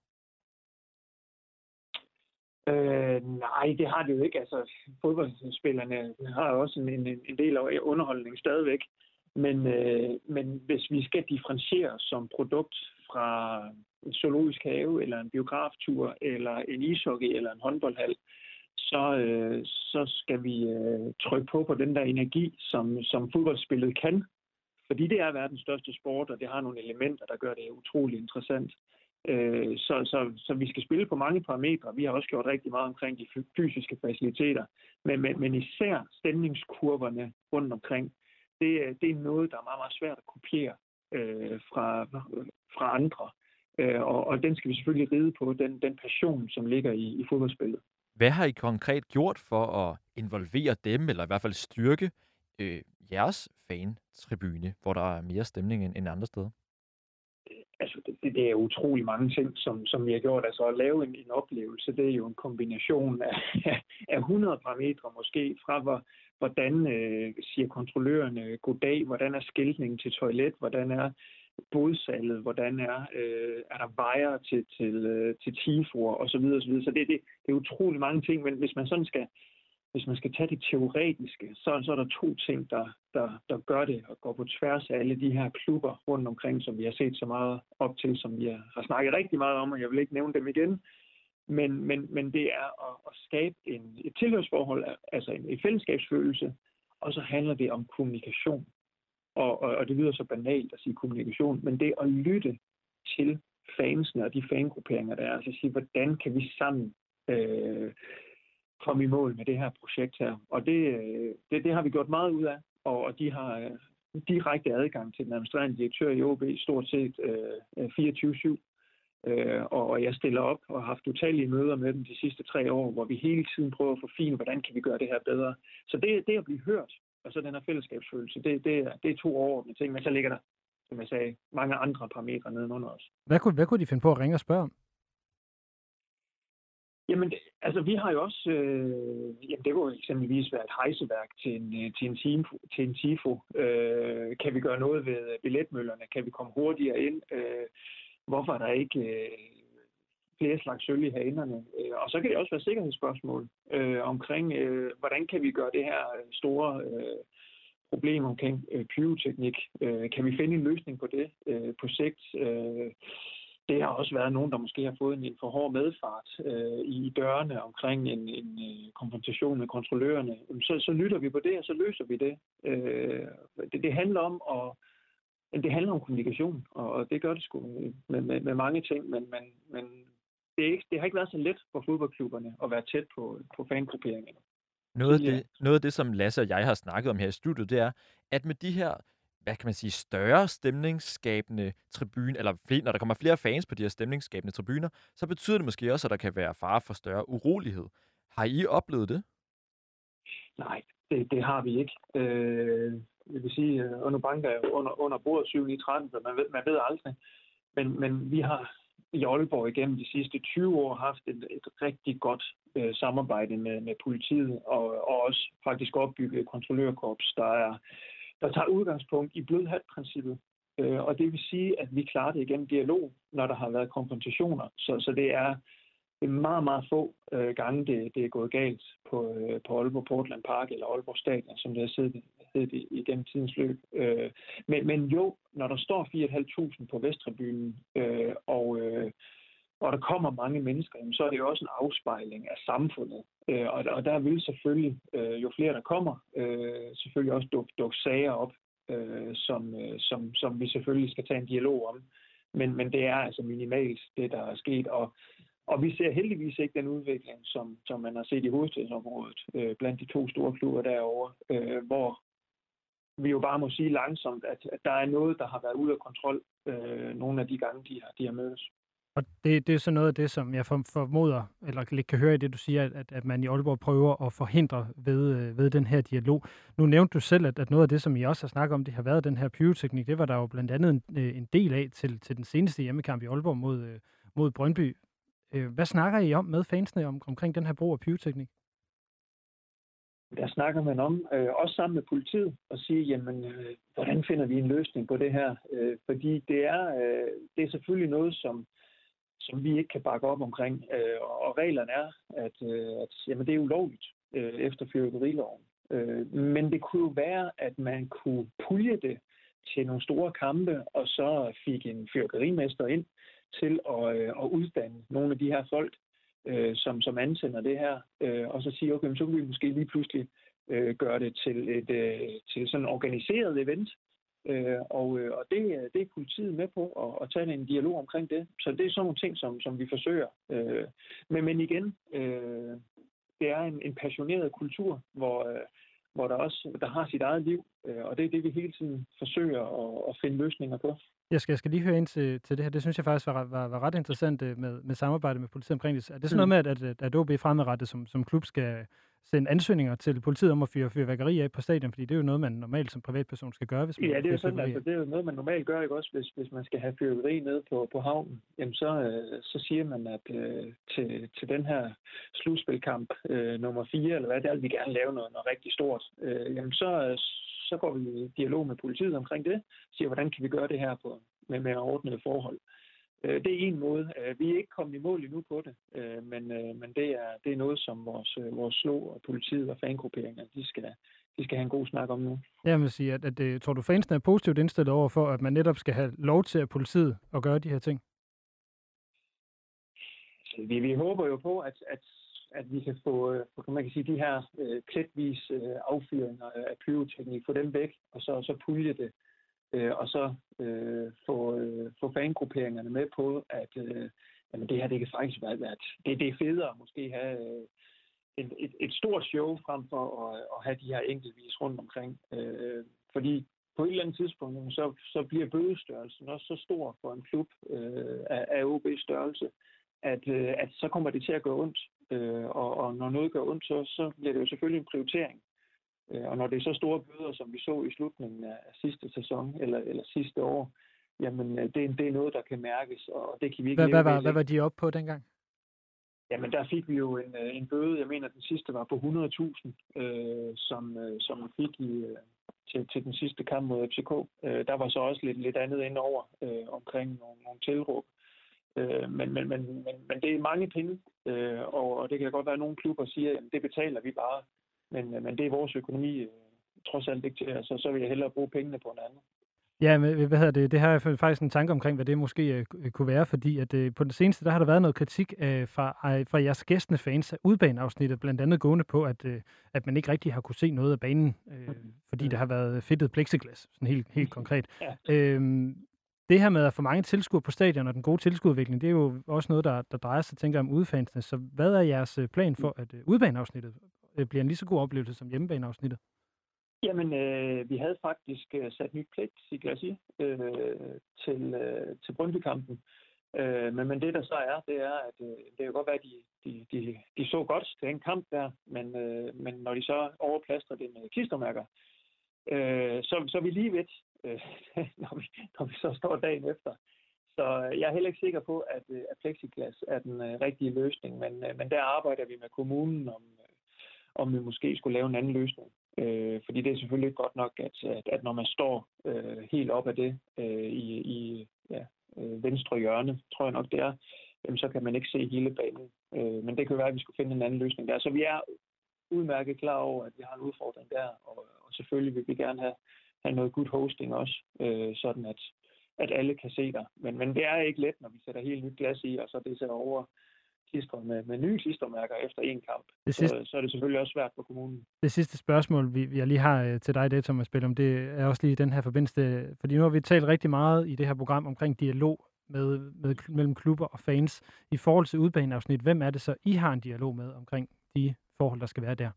[SPEAKER 6] Øh, nej, det har det jo ikke. Altså, fodboldspillerne har jo også en, en, en del af underholdning stadigvæk. Men, øh, men hvis vi skal differentiere som produkt fra en zoologisk have, eller en biograftur, eller en ishockey, eller en håndboldhal, så, øh, så skal vi øh, trykke på på den der energi, som, som fodboldspillet kan. Fordi det er verdens største sport, og det har nogle elementer, der gør det utrolig interessant. Så, så, så vi skal spille på mange parametre. Vi har også gjort rigtig meget omkring de fysiske faciliteter, men, men, men især stemningskurverne rundt omkring, det, det er noget, der er meget, meget svært at kopiere øh, fra, fra andre. Øh, og, og den skal vi selvfølgelig ride på, den, den passion, som ligger i, i fodboldspillet.
[SPEAKER 1] Hvad har I konkret gjort for at involvere dem, eller i hvert fald styrke øh, jeres fan-tribune, hvor der er mere stemning end, end andre steder?
[SPEAKER 6] altså, det, det er utrolig mange ting, som, som vi har gjort. Altså at lave en, en oplevelse, det er jo en kombination af, af hundrede parametre måske, fra hvor, hvordan øh, siger kontrollørerne goddag, hvordan er skiltningen til toilet, hvordan er bodsalget, hvordan er, øh, er der vejer til, til, øh, til tifor og så videre, og så videre. Så det, det, det er utrolig mange ting, men hvis man sådan skal Hvis man skal tage det teoretiske, så, så er der to ting, der, der, der gør det og går på tværs af alle de her klubber rundt omkring, som vi har set så meget op til, som vi har snakket rigtig meget om, og jeg vil ikke nævne dem igen. Men, men, men det er at, at skabe en, et tilhørsforhold, altså en, en fællesskabsfølelse, og så handler det om kommunikation. Og, og, og det lyder så banalt at sige kommunikation, men det er at lytte til fansene og de fangrupperinger, der er. Altså at sige, hvordan kan vi sammen øh, komme i mål med det her projekt her. Og det, det, det har vi gjort meget ud af, og de har direkte adgang til den administrerende direktør i O B stort set øh, fireogtyve syv. Øh, og jeg stiller op og har haft utallige møder med dem de sidste tre år, hvor vi hele tiden prøver at forfine, hvordan kan vi gøre det her bedre. Så det, det at blive hørt, og så den her fællesskabsfølelse, det, det, er, det er to overordnede ting, men så ligger der, som jeg sagde, mange andre parametre nedenunder os.
[SPEAKER 2] Hvad kunne, hvad kunne de finde på at ringe og spørge om?
[SPEAKER 6] Jamen, det, altså vi har jo også, øh, jamen det kunne eksempelvis være et hejseværk til en, til en, tifo, til en tifo. Øh, kan vi gøre noget ved billetmøllerne? Kan vi komme hurtigere ind? Øh, hvorfor er der ikke øh, flere slags øl i hanerne? Øh, og så kan det også være sikkerhedsspørgsmål øh, omkring, øh, hvordan kan vi gøre det her store øh, problem omkring øh, pyroteknik? Øh, kan vi finde en løsning på det øh, på sigt? Øh, Det har også været nogen, der måske har fået en, en for hård medfart øh, i dørene omkring en, en øh, konfrontation med kontrollørerne. Så, så lytter vi på det, og så løser vi det. Øh, det, det handler om at, det handler om kommunikation, og det gør det sgu med, med, med mange ting, men, men, men det, er ikke, det har ikke været så let for fodboldklubberne at være tæt på, på fangrupperingerne.
[SPEAKER 1] Noget af, det, noget af det, som Lasse og jeg har snakket om her i studiet, det er, at med de her, hvad kan man sige, større stemningsskabende tribuner, eller når der kommer flere fans på de her stemningsskabende tribuner, så betyder det måske også, at der kan være fare for større urolighed. Har I oplevet det?
[SPEAKER 6] Nej, det, det har vi ikke. Øh, jeg vil sige, under banker er under, under bordet syv ni tretten, så man ved, man ved aldrig. Men, men vi har i Aalborg igennem de sidste tyve år haft et, et rigtig godt øh, samarbejde med, med politiet, og, og også faktisk opbygget kontrollørkorps, der er der tager udgangspunkt i blødhat-princippet. Øh, og det vil sige, at vi klarer det igennem dialog, når der har været konfrontationer. Så, så det er meget, meget få øh, gange, det, det er gået galt på, øh, på Aalborg Portland Park eller Aalborg Stadion, som det har siddet, siddet igennem tidens løb. Øh, men, men jo, når der står fire tusind fem hundrede på Vesttribunen, øh, og øh, og der kommer mange mennesker, så er det jo også en afspejling af samfundet. Og, og der vil selvfølgelig, jo flere der kommer, selvfølgelig også dukke duk sager op, som, som, som vi selvfølgelig skal tage en dialog om. Men, men det er altså minimalt, det der er sket. Og, og vi ser heldigvis ikke den udvikling, som, som man har set i hovedstadsområdet, blandt de to store klubber derovre, hvor vi jo bare må sige langsomt, at, at der er noget, der har været ude af kontrol nogle af de gange, de har, de har mødtes.
[SPEAKER 2] Og det, det er så noget af det, som jeg formoder, eller kan høre i det, du siger, at, at man i Aalborg prøver at forhindre ved, ved den her dialog. Nu nævnte du selv, at, at noget af det, som I også har snakket om, det har været den her pyroteknik. Det var der jo blandt andet en, en del af til, til den seneste hjemmekamp i Aalborg mod, mod Brøndby. Hvad snakker I om med fansene om, omkring den her brug af pyroteknik?
[SPEAKER 6] Der snakker man om, øh, også sammen med politiet, og sige, jamen, øh, hvordan finder vi en løsning på det her? Øh, fordi det er, øh, det er selvfølgelig noget, som som vi ikke kan bakke op omkring. Øh, og reglerne er, at, øh, at jamen, det er ulovligt øh, efter fyrværkeriloven. Øh, men det kunne jo være, at man kunne pulje det til nogle store kampe, og så fik en fyrværkerimester ind til at, øh, at uddanne nogle af de her folk, øh, som, som ansender det her, øh, og så sige, okay, så kan vi måske lige pludselig øh, gøre det til et øh, til sådan et organiseret event. Øh, og øh, og det, det er politiet med på at, at tage en dialog omkring det. Så det er sådan nogle ting, som, som vi forsøger. Øh, men, men igen, øh, det er en, en passioneret kultur, hvor, øh, hvor der også der har sit eget liv, øh, og det er det, vi hele tiden forsøger at, at finde løsninger på.
[SPEAKER 2] Jeg skal, jeg skal lige høre ind til, til det her. Det synes jeg faktisk var, var, var ret interessant med, med samarbejde med politiet omkring det. Er det sådan noget med, at, at, at O B fremadrettet som, som klub skal, sende ansøgninger til politiet om at fyre fyrværkeri af på stadion, fordi det er jo noget, man normalt som privatperson skal gøre, hvis man
[SPEAKER 6] Ja, det er jo
[SPEAKER 2] fyrer
[SPEAKER 6] sådan,
[SPEAKER 2] fyrværkeri
[SPEAKER 6] altså,
[SPEAKER 2] af.
[SPEAKER 6] det er jo noget, man normalt gør, ikke også, hvis, hvis man skal have fyrværkeri nede på, på havnen. Jamen, så, øh, så siger man, at øh, til, til den her slutspilkamp øh, nummer fire, eller hvad det er, vi gerne lave noget, noget rigtig stort. Øh, jamen, så, så går vi i dialog med politiet omkring det, siger, hvordan kan vi gøre det her på, med, med ordnede forhold. Øh, det er en måde. Øh, vi er ikke kommet i mål endnu på det, øh, men, øh, men det, er, det er noget, som vores, øh, vores slå og politiet og fangrupperinger, de skal, de skal have en god snak om nu.
[SPEAKER 2] Jeg vil sige, at, at, at tror du, fansene er positivt indstillet over for, at man netop skal have lov til at politiet at gøre de her ting?
[SPEAKER 6] Vi, vi håber jo på, at, at, at vi kan få, kan man kan sige, de her øh, pletvis øh, affyringer af pyroteknik, få dem væk, og så, så pulje det, øh, og så øh, få, øh, få fangrupperingerne med på, at øh, jamen, det her det kan faktisk være, at det, det er federe at måske have øh, et, et, et stort show frem for at, at have de her enkeltvis rundt omkring. Øh, fordi på et eller andet tidspunkt, så, så bliver bødestørrelsen også så stor for en klub øh, af, af O B's størrelse, at, øh, at så kommer det til at gøre ondt. Øh, og, og når noget gør ondt, så, så bliver det jo selvfølgelig en prioritering. Øh, og når det er så store bøder, som vi så i slutningen af sidste sæson eller, eller sidste år, jamen det, det er noget, der kan mærkes, og det kan vi ikke
[SPEAKER 2] hvad,
[SPEAKER 6] leve
[SPEAKER 2] hvad, var,
[SPEAKER 6] ved.
[SPEAKER 2] hvad var de oppe på dengang?
[SPEAKER 6] Jamen der fik vi jo en, en bøde, jeg mener den sidste var på hundrede tusind, øh, som, øh, som vi fik i, øh, til, til den sidste kamp mod F C K. Øh, der var så også lidt, lidt andet indover øh, omkring nogle, nogle tilråb. Øh, men, men, men, men, men det er mange penge, øh, og, og det kan godt være, at nogle klubber siger, at det betaler vi bare, men, men det er vores økonomi øh, trods alt ikke til, altså så vil jeg hellere bruge pengene på en anden.
[SPEAKER 2] Ja, men hvad hedder det? Det har jeg faktisk en tanke omkring, hvad det måske øh, kunne være, fordi at øh, på den seneste, der har der været noget kritik øh, fra, øh, fra jeres gæstende fans af udbaneafsnittet, blandt andet gående på, at, øh, at man ikke rigtig har kunne se noget af banen, øh, fordi der har været fedtet plexiglas, sådan helt, helt konkret. Ja. Øhm, det her med at få mange tilskuere på stadion og den gode tilskuerudvikling, det er jo også noget, der, der drejer sig, tænker jeg, om udfansene. Så hvad er jeres plan for, at øh, udbaneafsnittet øh, bliver en lige så god oplevelse som hjemmebaneafsnittet?
[SPEAKER 6] Jamen, øh, vi havde faktisk øh, sat nyt plexiglas i øh, til, øh, til Brøndby-kampen. Øh, men, men det, der så er, det er, at øh, det kan godt være, at de, de, de, de så godt til den kamp der, men, øh, men når de så overplaster det med klistermærker, øh, så, så er vi lige ved, øh, når, vi, når vi så står dagen efter. Så jeg er heller ikke sikker på, at, at plexiglas er den øh, rigtige løsning, men, øh, men der arbejder vi med kommunen om, øh, om vi måske skulle lave en anden løsning. Øh, fordi det er selvfølgelig ikke godt nok, at, at, at når man står øh, helt op af det øh, i, i ja, øh, venstre hjørne, tror jeg nok det er, jamen, så kan man ikke se hele banen. Øh, men det kan være, at vi skulle finde en anden løsning der. Så vi er udmærket klar over, at vi har en udfordring der, og, og selvfølgelig vil vi gerne have, have noget good hosting også, øh, sådan at, at alle kan se der. Men, men det er ikke let, når vi sætter helt nyt glas i, og så det sætter over Med, med nye klistermærker efter en kamp, det sidste, så, så er det selvfølgelig også svært for kommunen.
[SPEAKER 2] Det sidste spørgsmål, vi, jeg lige har øh, til dig, det Thomas Bælum, det er også lige i den her forbindelse, fordi nu har vi talt rigtig meget i det her program omkring dialog med, med, mellem klubber og fans i forhold til udbaneafsnit. Hvem er det så, I har en dialog med omkring de forhold, der skal være der?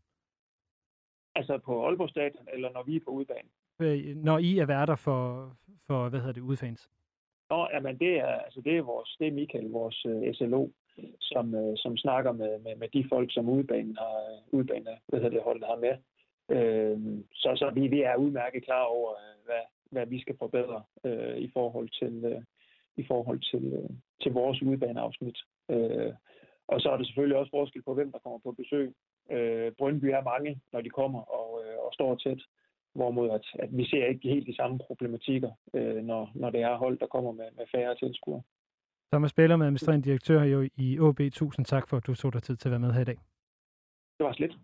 [SPEAKER 6] Altså på Aalborg Stadion, eller når vi er på udbanen?
[SPEAKER 2] Øh, når I er værter for, for hvad hedder det, udfans?
[SPEAKER 6] Nå, jamen det er, altså det er, vores, det er Michael, vores uh, S L O, som, uh, som snakker med, med, med de folk, som udbanen har, udbanen, hvad hedder det, holdet har med. Uh, så så vi, vi er udmærket klar over, uh, hvad, hvad vi skal forbedre uh, i forhold til, uh, i forhold til, uh, til vores udbaneafsnit. Uh, og så er der selvfølgelig også forskel på, hvem der kommer på besøg. Uh, Brøndby er mange, når de kommer og, uh, og står tæt. Hvorimod at, at vi ser ikke helt de samme problematikker, øh, når, når det er hold, der kommer med, med færre tilskuere.
[SPEAKER 2] Thomas Bælum, administrerende direktør jo i O B. Tusind tak for, at du tog dig tid til at være med her i dag.
[SPEAKER 6] Det var slet.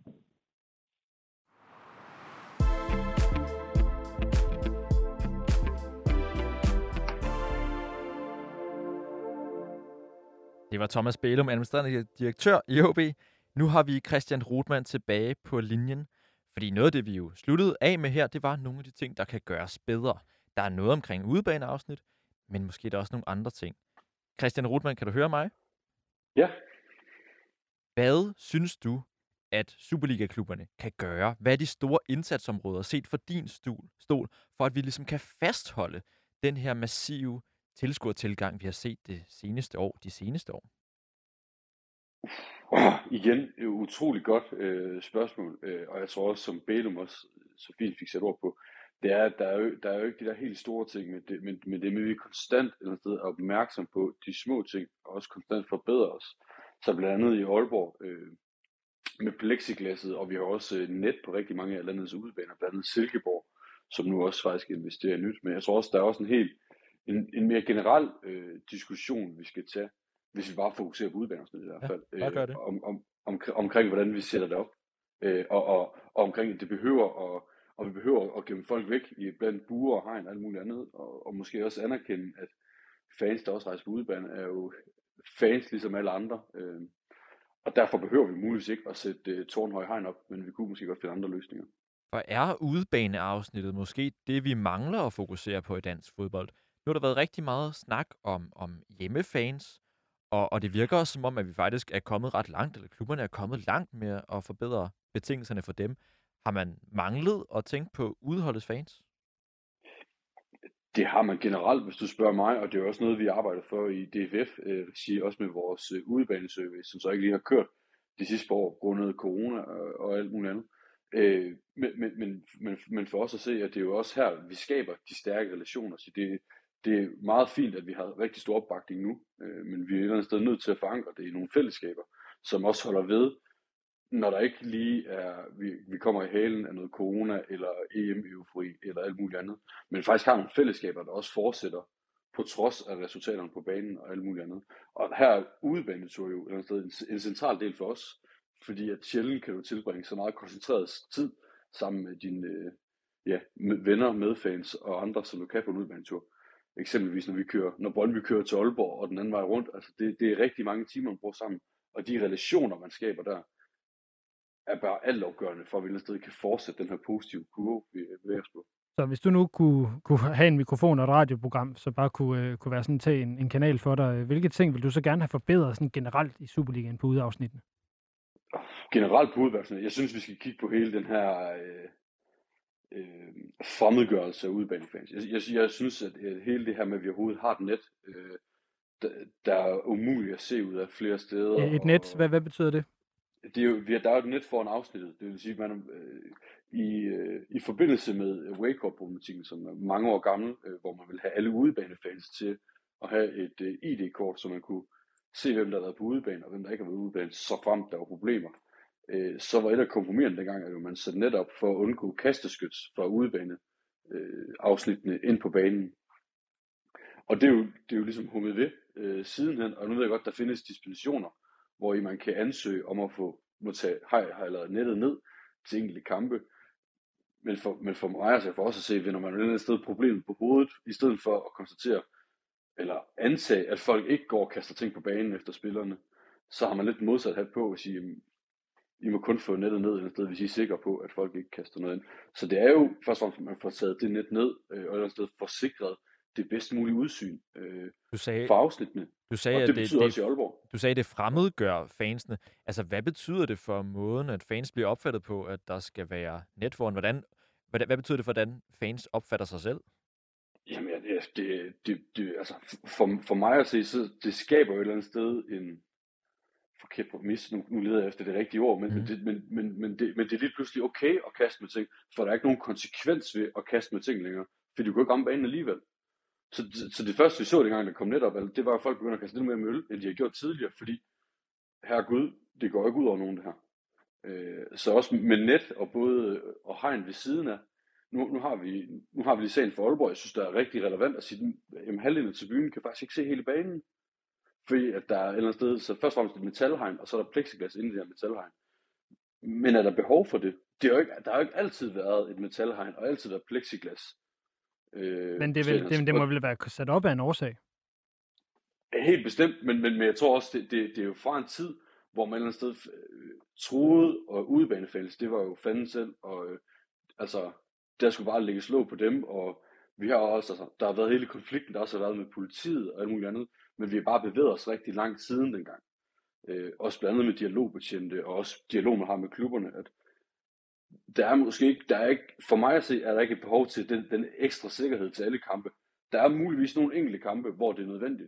[SPEAKER 1] Det var Thomas Bælum, administrerende direktør i O B. Nu har vi Christian Rothmann tilbage på linjen. Fordi noget af det, vi jo sluttede af med her, det var nogle af de ting, der kan gøres bedre. Der er noget omkring udebaneafsnit, men måske er der også nogle andre ting. Christian Rothmann, kan du høre mig?
[SPEAKER 5] Ja.
[SPEAKER 1] Hvad synes du, at Superliga-klubberne kan gøre? Hvad er de store indsatsområder, set fra din stol, stol, for at vi ligesom kan fastholde den her massive tilskuertilgang, vi har set det seneste år, de seneste år?
[SPEAKER 5] Oh, igen, et utroligt godt øh, spørgsmål, øh, og jeg tror også, som Bælum også så fint fik sat ord på, det er, at der er jo, der er jo ikke de der helt store ting, men det, men, men det med, at vi er konstant eller sted er opmærksom på de små ting, og også konstant forbedre os. Så blandt andet i Aalborg øh, med plexiglasset, og vi har også øh, net på rigtig mange af landets udebaner, blandt andet Silkeborg, som nu også faktisk investerer i nyt. Men jeg tror også, der er også en helt en, en mere generel øh, diskussion, vi skal tage, hvis vi bare fokuserer på udebaneafsnittet i hvert fald,
[SPEAKER 1] ja, gør det.
[SPEAKER 5] øh, om, om, om, omkring hvordan vi sætter det op, øh, og, og, og omkring det behøver, og, og vi behøver at gemme folk væk i blandt buer og hegn og alt muligt andet, og, og måske også anerkende, at fans, der også rejser på udebane, er jo fans ligesom alle andre, øh, og derfor behøver vi muligvis ikke at sætte øh, tårnhøje hegn op, men vi kunne måske godt finde andre løsninger.
[SPEAKER 1] Og er udebaneafsnittet måske det, vi mangler at fokusere på i dansk fodbold? Nu har der været rigtig meget snak om, om hjemmefans, og, og det virker også som om, at vi faktisk er kommet ret langt, eller klubberne er kommet langt med at forbedre betingelserne for dem. Har man manglet at tænke på udeholdets fans?
[SPEAKER 5] Det har man generelt, hvis du spørger mig, og det er også noget, vi arbejder for i D F F, øh, sige, også med vores øh, udebaneservice, som så ikke lige har kørt de sidste par år, grundet corona og, og alt muligt andet. Øh, men, men, men, men, men for os at se, at det er jo også her, vi skaber de stærke relationer. Så det, det er meget fint, at vi har rigtig stor opbakning nu, øh, men vi er et eller andet sted nødt til at forankre det i nogle fællesskaber, som også holder ved, når der ikke lige er, vi, vi kommer i halen af noget corona, eller E M-eufori, eller alt muligt andet, men faktisk har nogle fællesskaber, der også fortsætter, på trods af resultaterne på banen og alt muligt andet. Og her er udebanetur jo et eller andet sted en, en central del for os, fordi at sjældent kan du tilbringe så meget koncentreret tid sammen med dine øh, ja, med venner, medfans og andre, som du kan på en udebanetur. Eksempelvis når vi kører, når Brøndby kører til Aalborg og den anden vej rundt, altså det, det er rigtig mange timer, man bruger sammen, og de relationer, man skaber der, er bare altafgørende for, at vi et sted kan fortsætte den her positive kurve, vi bevæger os på.
[SPEAKER 2] Så hvis du nu kunne, kunne have en mikrofon og et radioprogram, så bare kunne, øh, kunne være sådan til en, en kanal for dig, hvilke ting vil du så gerne have forbedret sådan generelt i Superligaen på udeafsnittene?
[SPEAKER 5] Generelt på udeafsnittet, jeg synes, vi skal kigge på hele den her øh, øh, fremmedgørelse af udebanefans. Jeg, jeg, jeg synes, at øh, hele det her med, at vi overhovedet har et net, øh, der, der er umuligt at se ud af flere steder.
[SPEAKER 2] Et net, og, hvad, hvad betyder det?
[SPEAKER 5] Det er jo, vi har, der er jo et net foran afsnittet. Det vil sige, at man øh, i, øh, i forbindelse med Wake Up-problematikken, som er mange år gammel, øh, hvor man vil have alle udebanefans til at have et øh, I D-kort, så man kunne se, hvem der har været på udebane, og hvem der ikke har været udebane, så frem der var problemer. Øh, så var et af kompromiserne dengang, at man satte net op for at undgå kasteskyts fra udebane øh, afsnittene ind på banen. Og det er jo, det er jo ligesom hummet ved øh, sidenhen, og nu ved jeg godt, der findes dispensationer, hvor man kan ansøge om at få må tage, har, har lavet nettet ned til enkelte kampe. Men for, men for mig, altså for os at se, vinder man et eller andet sted problemet på hovedet, i stedet for at konstatere, eller antage, at folk ikke går og kaster ting på banen efter spillerne, så har man lidt modsat hat på at sige, I må kun få nettet ned et eller andet sted, hvis I er sikre på, at folk ikke kaster noget ind. Så det er jo først og fremmest, at man får taget det net ned, øh, og et eller andet sted får sikret det bedst mulige udsyn øh,
[SPEAKER 1] du sagde,
[SPEAKER 5] for afsnittene.
[SPEAKER 1] Du sagde,
[SPEAKER 5] og det
[SPEAKER 1] at
[SPEAKER 5] betyder
[SPEAKER 1] det,
[SPEAKER 5] også i Aalborg.
[SPEAKER 1] Du sagde, at det fremmedgør fansene. Altså, hvad betyder det for måden, at fans bliver opfattet på, at der skal være net foran? Hvordan, hvad, hvad betyder det for, hvordan fans opfatter sig selv?
[SPEAKER 5] Jamen, ja, det, det, det, altså, for, for mig at se, så det skaber jo et eller andet sted en forkert præmis. Nu, nu leder jeg efter det rigtige ord, men, mm. men, det, men, men, men, det, men det er lige pludselig okay at kaste med ting, for der er ikke nogen konsekvens ved at kaste med ting længere, for du kan ikke ramme banen alligevel. Så, så det første, vi så dengang, der kom net op, det var, at folk begyndte at kaste lidt mere med øl, end de har gjort tidligere, fordi, herregud, det går ikke ud over nogen det her. Øh, så også med net og både og hegn ved siden af, nu, nu har vi nu har vi lige sagen for Aalborg, jeg synes, det er rigtig relevant at sige, at halvdelen af tribunen kan faktisk ikke se hele banen, fordi at der er et eller andet sted, så først og fremmest et metalhegn, og så er der plexiglas inde i det her metalhegn. Men er der behov for det? Det er jo ikke, der har jo ikke altid været et metalhegn, og altid været plexiglas. Øh,
[SPEAKER 2] men det, vil, det, det må vel være sat op af en årsag?
[SPEAKER 5] Helt bestemt, men, men, men jeg tror også, det, det, det er jo fra en tid, hvor man et eller andet sted øh, troede, og udebanefælles, det var jo fanden selv, og øh, altså, der skulle bare lægge slå på dem, og vi har også, altså, der har været hele konflikten, der også har været med politiet og alt muligt andet, men vi har bare bevæget os rigtig langt siden dengang. Øh, også blandt andet med dialogbetjente, og også dialog, man har med klubberne, at der er måske ikke, der er ikke, for mig at se, er der ikke et behov til den, den ekstra sikkerhed til alle kampe. Der er muligvis nogle enkelte kampe, hvor det er nødvendigt,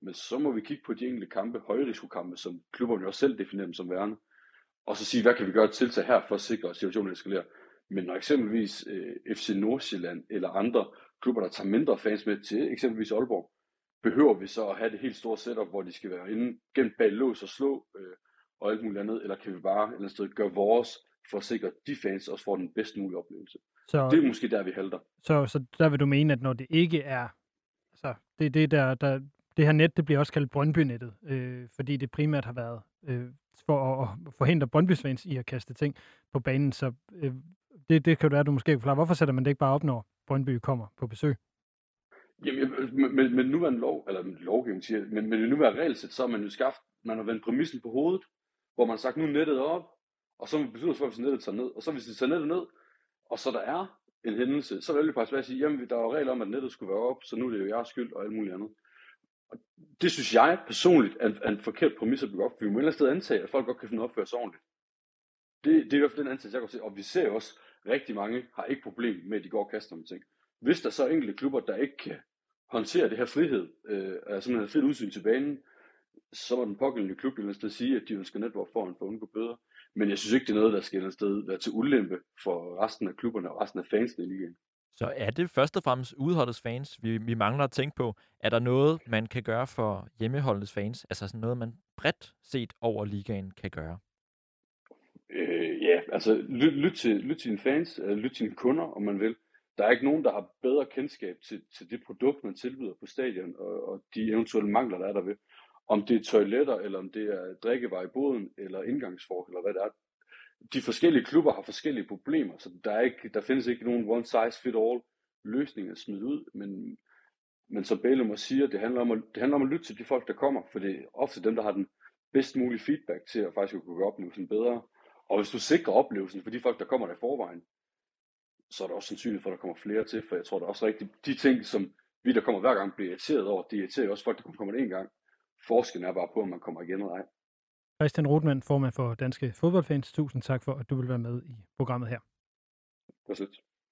[SPEAKER 5] Men så må vi kigge på de enkelte kampe, højrisikokampe, som klubberne jo selv definerer dem som værende, og så sige, hvad kan vi gøre tiltag her for at sikre, at situationen eskalerer. Men når eksempelvis øh, F C Nordsjælland eller andre klubber, der tager mindre fans med til eksempelvis Aalborg, behøver vi så at have det helt store setup, hvor de skal være inde gennem bag lås og slå øh, og alt muligt andet, eller kan vi bare et eller andet sted gøre vores for at sikre, at de fans også får den bedst mulige oplevelse.
[SPEAKER 2] Så,
[SPEAKER 5] det er måske der, vi halter.
[SPEAKER 2] Så, så der vil du mene, at når det ikke er, altså det, det, der, der, det her net, det bliver også kaldt Brøndby-nettet, øh, fordi det primært har været øh, for at, at forhindre Brøndbys fans i at kaste ting på banen, så øh, det, det kan jo være, at du måske kan forklare, hvorfor sætter man det ikke bare op, når Brøndby kommer på besøg?
[SPEAKER 5] Jamen, med, med nuværende lov, eller lovgivning siger, men med det nuværende regelsæt, så har man jo skabt, man har vendt præmissen på hovedet, hvor man har sagt, nu er nettet op, og så beslutter sig for, hvis nettet tager ned, og så hvis det tager nettet ned, og så der er en hændelse, så vil det faktisk være at sige, jamen der var regler om, at nettet skulle være op, så nu er det jo jeres skyld og alt muligt andet. Og det synes jeg personligt er en, er en forkert præmis at bygge op, for vi må et eller andet sted antage, at folk godt kan finde opføre sig ordentligt. Det, det er i hvert fald den antagelse, jeg kan se, og vi ser jo også, rigtig mange har ikke problem med, at de går og kaster med ting. Hvis der så er enkelte klubber, der ikke kan håndtere det her frihed, øh, altså simpelthen frit udsyn til banen, så må den pågældende klub et eller andet sted sige, at de ønsker network foran for at undgå bøder. Men jeg synes ikke, det er noget, der skal et eller andet sted være til ulempe for resten af klubberne og resten af fansene i ligaen.
[SPEAKER 1] Så er det først og fremmest udeholdets fans, vi, vi mangler at tænke på. Er der noget, man kan gøre for hjemmeholdets fans? Altså sådan noget, man bredt set over ligaen kan gøre?
[SPEAKER 5] Øh, ja, altså lyt, lyt, til, lyt til dine fans, øh, lyt til dine kunder, om man vil. Der er ikke nogen, der har bedre kendskab til, til det produkt, man tilbyder på stadion, og, og de eventuelle mangler, der er derved. Om det er toiletter, eller om det er drikkevarer i boden, eller indgangsforhold, eller hvad det er. De forskellige klubber har forskellige problemer, så der, er ikke, der findes ikke nogen one size fit all løsning at smide ud, men, men som Bælum siger, det handler, om at, det handler om at lytte til de folk, der kommer, for det er ofte dem, der har den bedst mulige feedback til at faktisk kunne gøre oplevelsen bedre. Og hvis du sikrer oplevelsen for de folk, der kommer der i forvejen, så er der også sandsynligt for, at der kommer flere til, for jeg tror, der er også rigtigt, de ting, som vi, der kommer hver gang, bliver irriteret over, de irriterer også folk, der kun kommer en gang. Forskellen er bare på, om man kommer igen eller ej.
[SPEAKER 2] Christian Rothmann, formand for Danske Fodboldfans. Tusind tak for, at du vil være med i programmet her.
[SPEAKER 5] Præcis.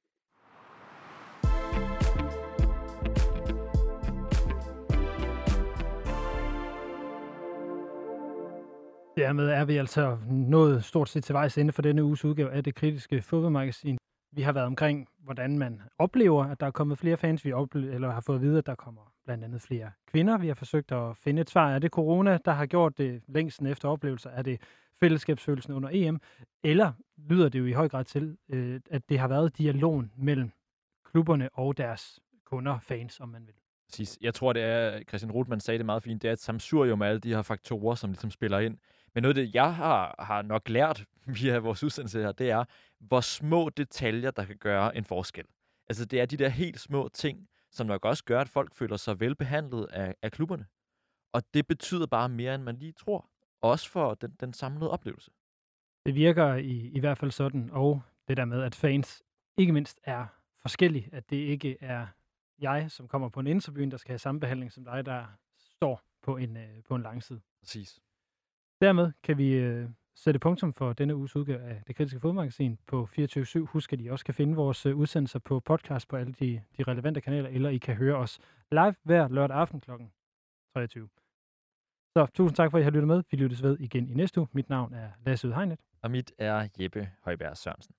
[SPEAKER 2] Dermed er vi altså nået stort set til vejs ende for denne uges udgave af Det Kritiske Fodboldmagasin. Vi har været omkring, hvordan man oplever, at der er kommet flere fans. Vi oplever, eller har fået at vide, at der kommer blandt andet flere kvinder. Vi har forsøgt at finde et svar. Er det corona, der har gjort det længsten efter oplevelser? Er det fællesskabsfølelsen under E M? Eller lyder det jo i høj grad til, at det har været dialogen mellem klubberne og deres kunder, fans, om man vil?
[SPEAKER 1] Præcis. Jeg tror, det er, Christian Rothmann sagde det meget fint, det er et samsurium af alle de her faktorer, som ligesom spiller ind. Men noget af det, jeg har, har nok lært via vores udsendelse her, det er, hvor små detaljer, der kan gøre en forskel. Altså, det er de der helt små ting, som nok også gør, at folk føler sig velbehandlet af, af klubberne. Og det betyder bare mere, end man lige tror. Også for den, den samlede oplevelse.
[SPEAKER 2] Det virker i, i hvert fald sådan, og det der med, at fans ikke mindst er forskellige, at det ikke er jeg, som kommer på en interview, der skal have samme behandling som dig, der står på en, øh, på en langside.
[SPEAKER 1] Præcis.
[SPEAKER 2] Dermed kan vi øh, sætte punktum for denne uges udgave af Det Kritiske Fodboldmagasin på fireogtyve syv. Husk, at I også kan finde vores øh, udsendelser på podcast på alle de, de relevante kanaler, eller I kan høre os live hver lørdag aften klokken treogtyve. Så tusind tak for, at I har lyttet med. Vi lyttes ved igen i næste uge. Mit navn er Lasse Udhegnet.
[SPEAKER 1] Og mit er Jeppe Højbjerg Sørensen.